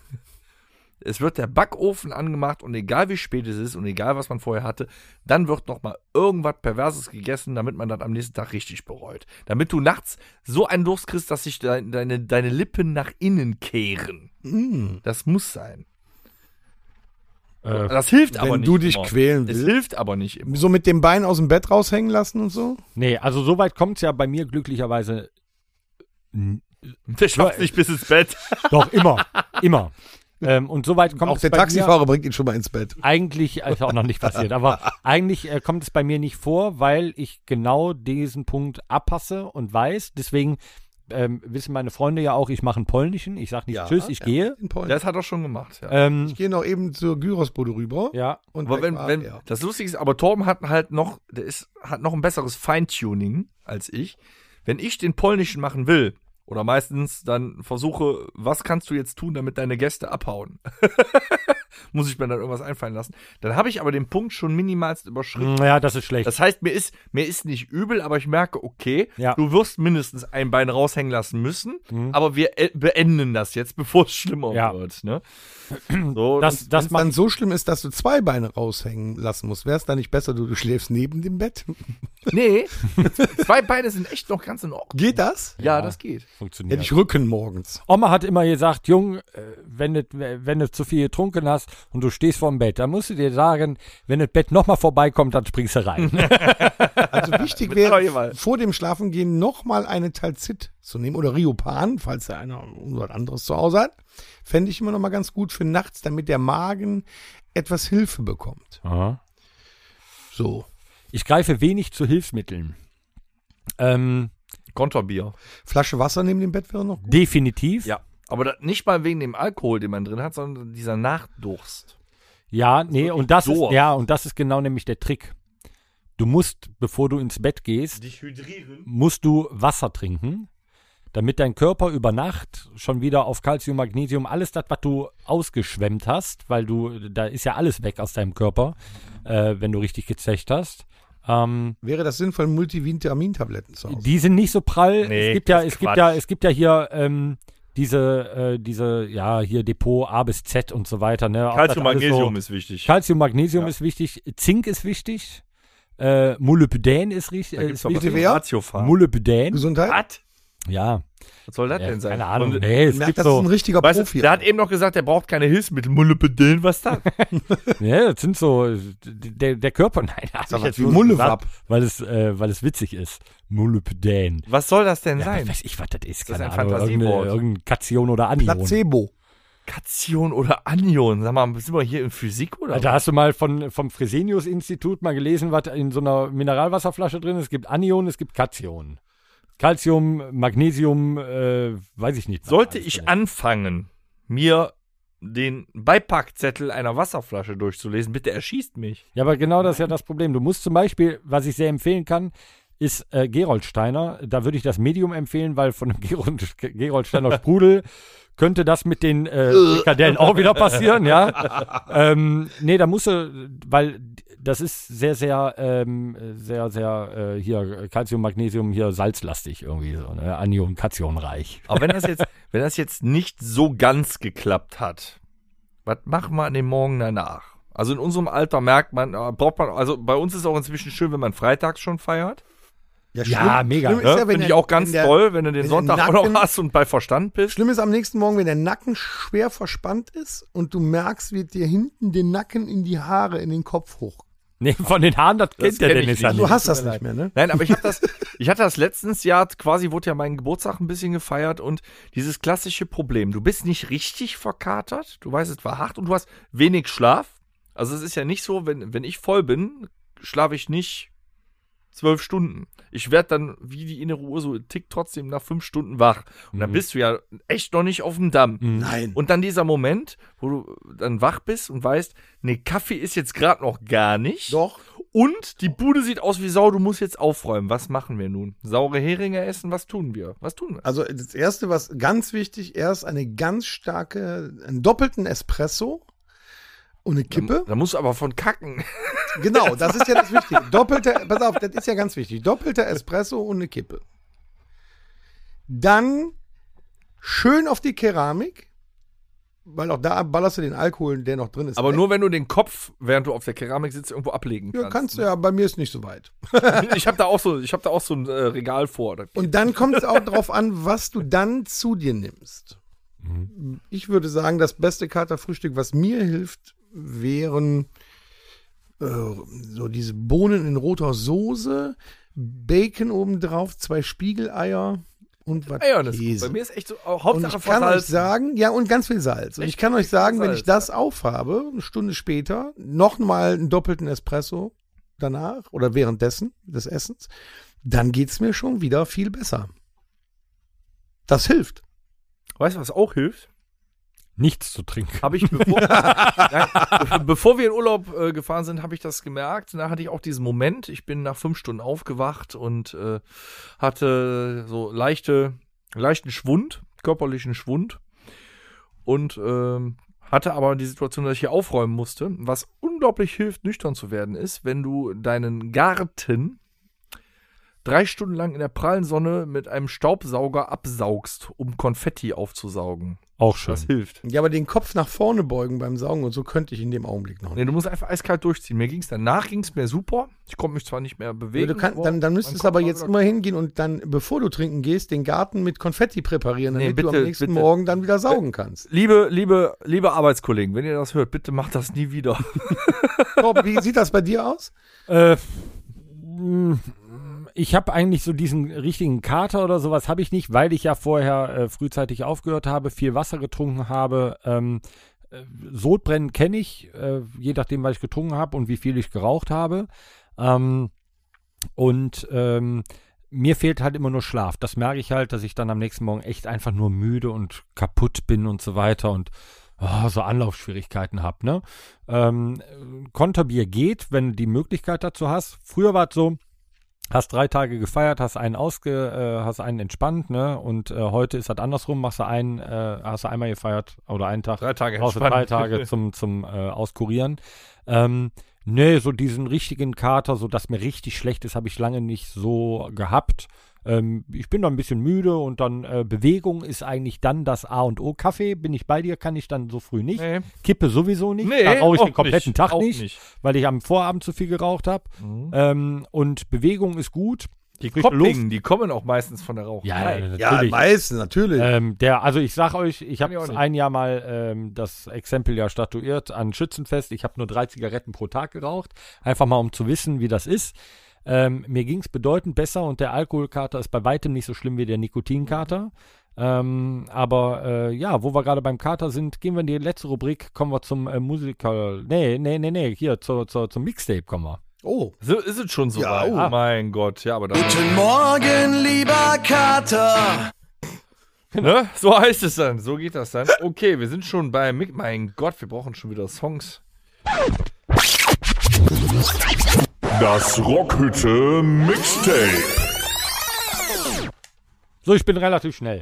Es wird der Backofen angemacht und egal wie spät es ist und egal was man vorher hatte, dann wird noch mal irgendwas Perverses gegessen, damit man das am nächsten Tag richtig bereut. Damit du nachts so einen Durst kriegst, dass sich deine Lippen nach innen kehren. Das muss sein. Das hilft aber wenn nicht du dich immer. quälen Es willst. hilft aber nicht immer. So mit dem Bein aus dem Bett raushängen lassen und so? Nee, also so weit kommt es ja bei mir glücklicherweise Der schafft nicht bis ins Bett. doch immer. Und so weit kommt Auch es der bei Taxifahrer bringt ihn schon mal ins Bett. mir eigentlich, ist auch noch nicht passiert, aber eigentlich kommt es bei mir nicht vor, weil ich genau diesen Punkt abpasse und weiß, deswegen wissen meine Freunde ja auch, ich mache einen polnischen, ich sage nicht tschüss, ich gehe. In Polen. Das hat er schon gemacht, ja. Ich gehe noch eben zur Gyrosbude rüber. Ja, Und Aber weg war wenn er. das Lustige ist, aber Torben hat halt noch, hat noch ein besseres Feintuning als ich. Wenn ich den polnischen machen will, oder meistens dann versuche, was kannst du jetzt tun, damit deine Gäste abhauen? Muss ich mir dann irgendwas einfallen lassen. Dann habe ich aber den Punkt schon minimalst überschritten. ja, das ist schlecht. Das heißt, mir ist nicht übel, aber ich merke, okay, Ja. du wirst mindestens ein Bein raushängen lassen müssen, aber wir beenden das jetzt, bevor es schlimmer Ja. wird. Ne? So, das Wenn es macht dann so schlimm ist, dass du 2 Beine raushängen lassen musst, wäre es dann nicht besser, du schläfst neben dem Bett? nee, 2 Beine sind echt noch ganz in Ordnung. Geht das? Ja, das geht. funktioniert. Hätte ich Rücken morgens. Oma hat immer gesagt, Jung, wenn du zu viel getrunken hast und du stehst vorm Bett, dann musst du dir sagen, wenn das Bett nochmal vorbeikommt, dann springst du rein. Also wichtig Mit aller wäre, Gewalt. vor dem Schlafengehen nochmal eine Talzit zu nehmen oder Riopan, falls da einer was anderes zu Hause hat. Fände ich immer noch mal ganz gut für nachts, damit der Magen etwas Hilfe bekommt. Aha. So. Ich greife wenig zu Hilfsmitteln. Konterbier. Flasche Wasser neben dem Bett wäre noch gut. Definitiv. Ja. Aber nicht mal wegen dem Alkohol, den man drin hat, sondern dieser Nachdurst. Ja, nee, und das ist, Durst. ja, und das ist genau nämlich der Trick. Du musst, bevor du ins Bett gehst, Dich hydrieren. musst du Wasser trinken. damit dein Körper über Nacht schon wieder auf Calcium, Magnesium, alles das, was du ausgeschwemmt hast, weil da ist ja alles weg aus deinem Körper, wenn du richtig gezecht hast. Wäre das sinnvoll, Multivitamintabletten zu Hause? Die sind nicht so prall. Nee, Es gibt ja hier diese hier Depot A bis Z und so weiter. Ne? Calcium, Magnesium ist wichtig. Calcium, Magnesium ist wichtig. Zink ist wichtig. Molybdän ist richtig. Da gibt's doch wichtig. was Ratiofarm. Molybdän. Gesundheit? Was? Ja. Was soll das denn sein? Keine Ahnung. Und, Nee, es Merkt, gibt das ist so. ein richtiger weißt Profi. du, der hat eben noch gesagt, er braucht keine Hilfsmittel. Molybdän, was das? Ja, das sind so. Der Körper. Nein, das Sag hab mal, ich jetzt wie bloß Mullewab. gesagt, weil es witzig ist. Molybdän. Was soll das denn Ja, sein? weiß ich, was das ist. Das ist Keine ein Ahnung. Fantasiewort. Irgendein Cation oder Anion. Placebo. Cation oder Anion? Sag mal, sind wir hier in Physik oder? Da hast du mal vom Fresenius-Institut mal gelesen, was in so einer Mineralwasserflasche drin ist. Es gibt Anion, es gibt Cation. Calcium, Magnesium, weiß ich nicht. was Sollte alles ich drin ist. anfangen, mir den Beipackzettel einer Wasserflasche durchzulesen, bitte erschießt mich. Ja, aber genau das ist ja das Problem. Du musst zum Beispiel, was ich sehr empfehlen kann, ist Gerolsteiner. Da würde ich das Medium empfehlen, weil von einem Gerolsteiner Sprudel könnte das mit den Frikadellen auch wieder passieren, ja. Nee, da musst du, weil das ist sehr hier Calcium, Magnesium, hier salzlastig irgendwie so, ne? Anion, Kationreich. Aber wenn das jetzt nicht so ganz geklappt hat, was machen wir an dem Morgen danach? Also in unserem Alter braucht man, also bei uns ist auch inzwischen schön, wenn man freitags schon feiert. Ja, mega. Schlimm ist Ne? ja, wenn Finde ich der- auch ganz wenn der- toll, wenn du den wenn Sonntag der auch noch Nacken- hast und bei Verstand bist. Schlimm ist am nächsten Morgen, wenn der Nacken schwer verspannt ist und du merkst, wie dir hinten den Nacken in die Haare, in den Kopf hoch. Nee, von den Haaren, das kennt der kenn ich Dennis ja nicht. nicht. Du hast das nicht mehr, ne? Nein, aber ich hatte das letztens Jahr, quasi wurde ja mein Geburtstag ein bisschen gefeiert und dieses klassische Problem, du bist nicht richtig verkatert, du weißt, es war hart und du hast wenig Schlaf. Also es ist ja nicht so, wenn ich voll bin, schlafe ich nicht 12 Stunden. Ich werde dann wie die innere Uhr so tickt trotzdem nach 5 Stunden wach. Und dann bist du ja echt noch nicht auf dem Damm. Nein. Und dann dieser Moment, wo du dann wach bist und weißt, nee, Kaffee ist jetzt gerade noch gar nicht. Doch. Und die Bude sieht aus wie Sau, du musst jetzt aufräumen. Was machen wir nun? Saure Heringe essen, was tun wir? Also das Erste, was ganz wichtig, erst einen doppelten Espresso und eine Kippe. Da musst du aber von kacken. Genau, das ist ja das Wichtige. Pass auf, das ist ja ganz wichtig. Doppelter Espresso und eine Kippe. Dann schön auf die Keramik, weil auch da ballerst du den Alkohol, der noch drin ist. Aber weg. nur wenn du den Kopf, während du auf der Keramik sitzt, irgendwo ablegen Ja, kannst. kannst du ja, bei mir ist nicht so weit. Ich habe da auch so ein Regal vor. Und dann kommt es auch darauf an, was du dann zu dir nimmst. Ich würde sagen, das beste Katerfrühstück, was mir hilft, wären so diese Bohnen in roter Soße, Bacon obendrauf, 2 Spiegeleier und was Ja, das ist gut. Käse. Bei mir ist echt so, Und Hauptsache ich kann euch versalzen. sagen, ja, und ganz viel Salz. Und ich kann euch sagen, wenn ich das aufhabe, eine Stunde später, nochmal einen doppelten Espresso danach oder währenddessen des Essens, dann geht's mir schon wieder viel besser. Das hilft. Weißt du, was auch hilft? Nichts zu trinken. Habe ich, bevor wir in Urlaub gefahren sind, habe ich das gemerkt. Da hatte ich auch diesen Moment. Ich bin nach 5 Stunden aufgewacht und hatte so leichten Schwund, körperlichen Schwund. Und hatte aber die Situation, dass ich hier aufräumen musste. Was unglaublich hilft, nüchtern zu werden, ist, wenn du deinen Garten 3 Stunden lang in der prallen Sonne mit einem Staubsauger absaugst, um Konfetti aufzusaugen. Auch schön. Das hilft. Ja, aber den Kopf nach vorne beugen beim Saugen und so könnte ich in dem Augenblick noch nicht. Nee, du musst einfach eiskalt durchziehen. Danach ging es mir super. Ich konnte mich zwar nicht mehr bewegen. Dann müsstest du aber jetzt immer hingehen und dann, bevor du trinken gehst, den Garten mit Konfetti präparieren, damit Nee, du bitte, am nächsten bitte. Morgen dann wieder saugen kannst. Liebe Arbeitskollegen, wenn ihr das hört, bitte macht das nie wieder. Bob, wie sieht das bei dir aus? Ich habe eigentlich so diesen richtigen Kater oder sowas habe ich nicht, weil ich ja vorher frühzeitig aufgehört habe, viel Wasser getrunken habe. Sodbrennen kenne ich, je nachdem, was ich getrunken habe und wie viel ich geraucht habe. Mir fehlt halt immer nur Schlaf. Das merke ich halt, dass ich dann am nächsten Morgen echt einfach nur müde und kaputt bin und so weiter und so Anlaufschwierigkeiten habe. Ne? Konterbier geht, wenn du die Möglichkeit dazu hast. Früher war es so, hast 3 Tage gefeiert, hast einen entspannt, ne? Und heute ist das andersrum, hast du einmal gefeiert oder einen Tag. 3 Tage brauchst du entspannt. 3 Tage zum Auskurieren. Nee, so diesen richtigen Kater, so dass mir richtig schlecht ist, habe ich lange nicht so gehabt. Ich bin dann ein bisschen müde und dann Bewegung ist eigentlich dann das A und O. Kaffee, bin ich bei dir, kann ich dann so früh nicht. Nee. Kippe sowieso nicht. Nee, da rauche ich auch den kompletten nicht. Tag Auch nicht, nicht. weil ich am Vorabend zu viel geraucht habe. Und Bewegung ist gut. Die Frische Luft. Kopplingen, die kommen auch meistens von der Raucherei. Ja, natürlich. meistens, natürlich. Also ich sag euch, ich Kann ich habe auch nicht. ein Jahr mal das Exempel ja statuiert an Schützenfest. Ich habe nur 3 Zigaretten pro Tag geraucht. Einfach mal, um zu wissen, wie das ist. Mir ging es bedeutend besser und der Alkoholkater ist bei weitem nicht so schlimm wie der Nikotinkater. Aber wo wir gerade beim Kater sind, gehen wir in die letzte Rubrik, kommen wir zum Musical. Nee, hier zum Mixtape kommen wir. Oh. So ist es schon so Ja, weit. oh. Oh mein Gott, ja, aber das Guten Morgen, lieber Kater. ne? So heißt es dann, so geht das dann. Okay, wir sind schon bei mein Gott, wir brauchen schon wieder Songs. Das Rockhütte Mixtape. So, ich bin relativ schnell.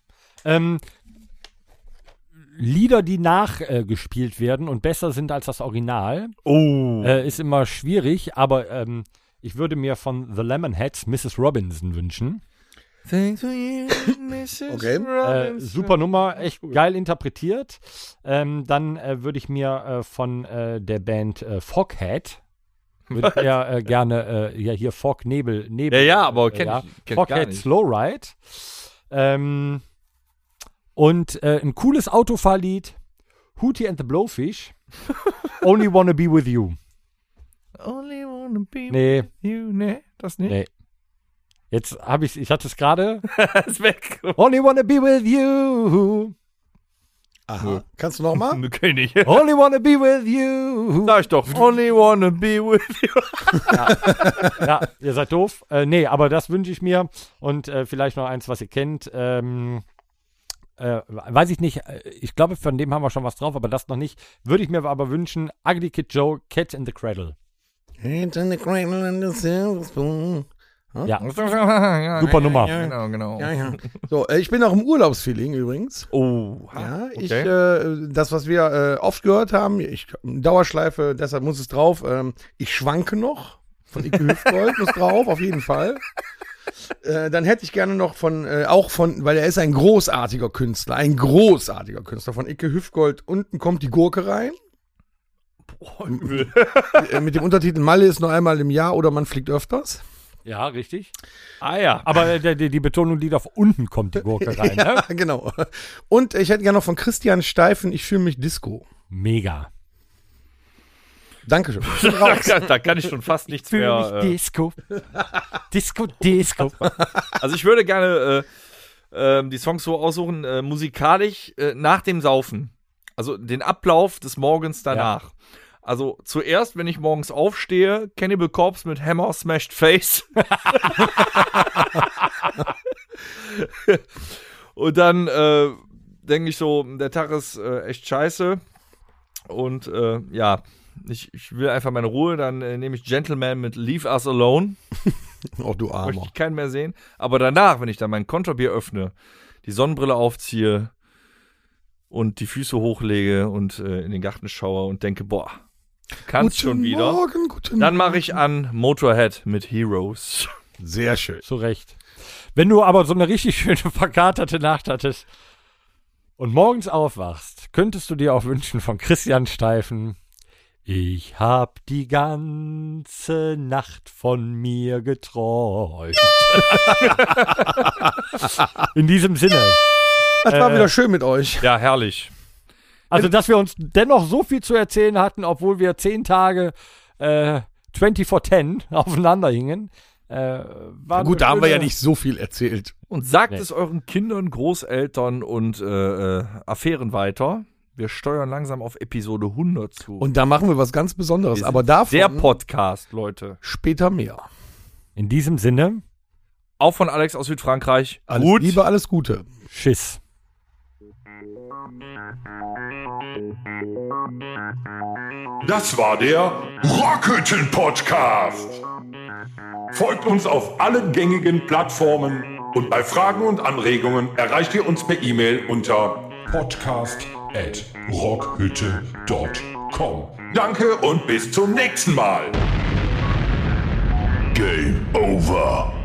Lieder, die nachgespielt werden und besser sind als das Original, ist immer schwierig, aber ich würde mir von The Lemonheads Mrs. Robinson wünschen. Thanks for you, Mrs. Okay. Robinson. Super Nummer, echt geil interpretiert. Dann würde ich mir von der Band Foghat würde ich ja gerne hier Fog Nebel. Ja, aber kenn ich gar Foghat nicht. Slow Ride. Und ein cooles Autofahrlied, Hootie and the Blowfish, Only Wanna Be With You. Only wanna be Nee, with you. Nee, das nicht. nee. Jetzt habe ich hatte es gerade. Ist weg. Only Wanna Be With You. Aha. Kannst du noch mal? Okay, nicht. Only Wanna Be With You. Sag ich doch. Only wanna be with you. Ja, ihr seid doof. Nee, aber das wünsche ich mir. Und vielleicht noch eins, was ihr kennt. Weiß ich nicht. Ich glaube, von dem haben wir schon was drauf, aber das noch nicht. Würde ich mir aber wünschen, Ugly Kid Joe, Cat in the Cradle. Ain't in the cradle and the silver spoon. Ja, Ja, super Nummer. Genau. Ja. So, ich bin auch im Urlaubsfeeling übrigens. Oh, Ja, okay. das, was wir oft gehört haben, Dauerschleife, deshalb muss es drauf. Ich schwanke noch. Von Icke Hüftgold muss drauf, auf jeden Fall. Dann hätte ich gerne noch weil er ist ein großartiger Künstler, von Icke Hüftgold. Unten kommt die Gurke rein. Mit dem Untertitel Malle ist nur einmal im Jahr oder man fliegt öfters. Ja, richtig. Ah ja. Aber die Betonung liegt auf unten kommt die Gurke rein. Ne? Ja, genau. Und ich hätte gerne noch von Christian Steifen, ich fühle mich Disco. Mega. Dankeschön. Da kann ich schon fast nichts mehr. Disco. Disco. Also ich würde gerne die Songs so aussuchen, musikalisch nach dem Saufen. Also den Ablauf des Morgens danach. Also zuerst, wenn ich morgens aufstehe, Cannibal Corpse mit Hammer Smashed Face. Und dann denke ich so, der Tag ist echt scheiße. Und ich will einfach meine Ruhe. Dann nehme ich Gentleman mit Leave Us Alone. Oh, du Möchte Armer. ich keinen mehr sehen. Aber danach, wenn ich dann mein Konterbier öffne, die Sonnenbrille aufziehe und die Füße hochlege und in den Garten schaue und denke, boah, kannst schon wieder. Guten Dann mache ich an Motorhead mit Heroes. Sehr schön. Zu Recht. Wenn du aber so eine richtig schöne verkaterte Nacht hattest und morgens aufwachst, könntest du dir auch wünschen von Christian Steifen: Ich hab die ganze Nacht von mir geträumt. In diesem Sinne. Das war wieder schön mit euch. Ja, herrlich. Also, dass wir uns dennoch so viel zu erzählen hatten, obwohl wir 10 Tage 24/10 aufeinander hingen. War Gut, eine da haben wir ja schöne- nicht so viel erzählt. Und sagt Nee. es euren Kindern, Großeltern und Affären weiter. Wir steuern langsam auf Episode 100 zu. Und da machen wir was ganz Besonderes. Wir Aber sind davon der Podcast, Leute. später mehr. In diesem Sinne, Auch von Alex aus Südfrankreich. Alles Gut. Liebe, alles Gute. Tschüss. Das war der Rockhütten Podcast. Folgt uns auf allen gängigen Plattformen und bei Fragen und Anregungen erreicht ihr uns per E-Mail unter podcast@rockhütte.com. Danke und bis zum nächsten Mal. Game over.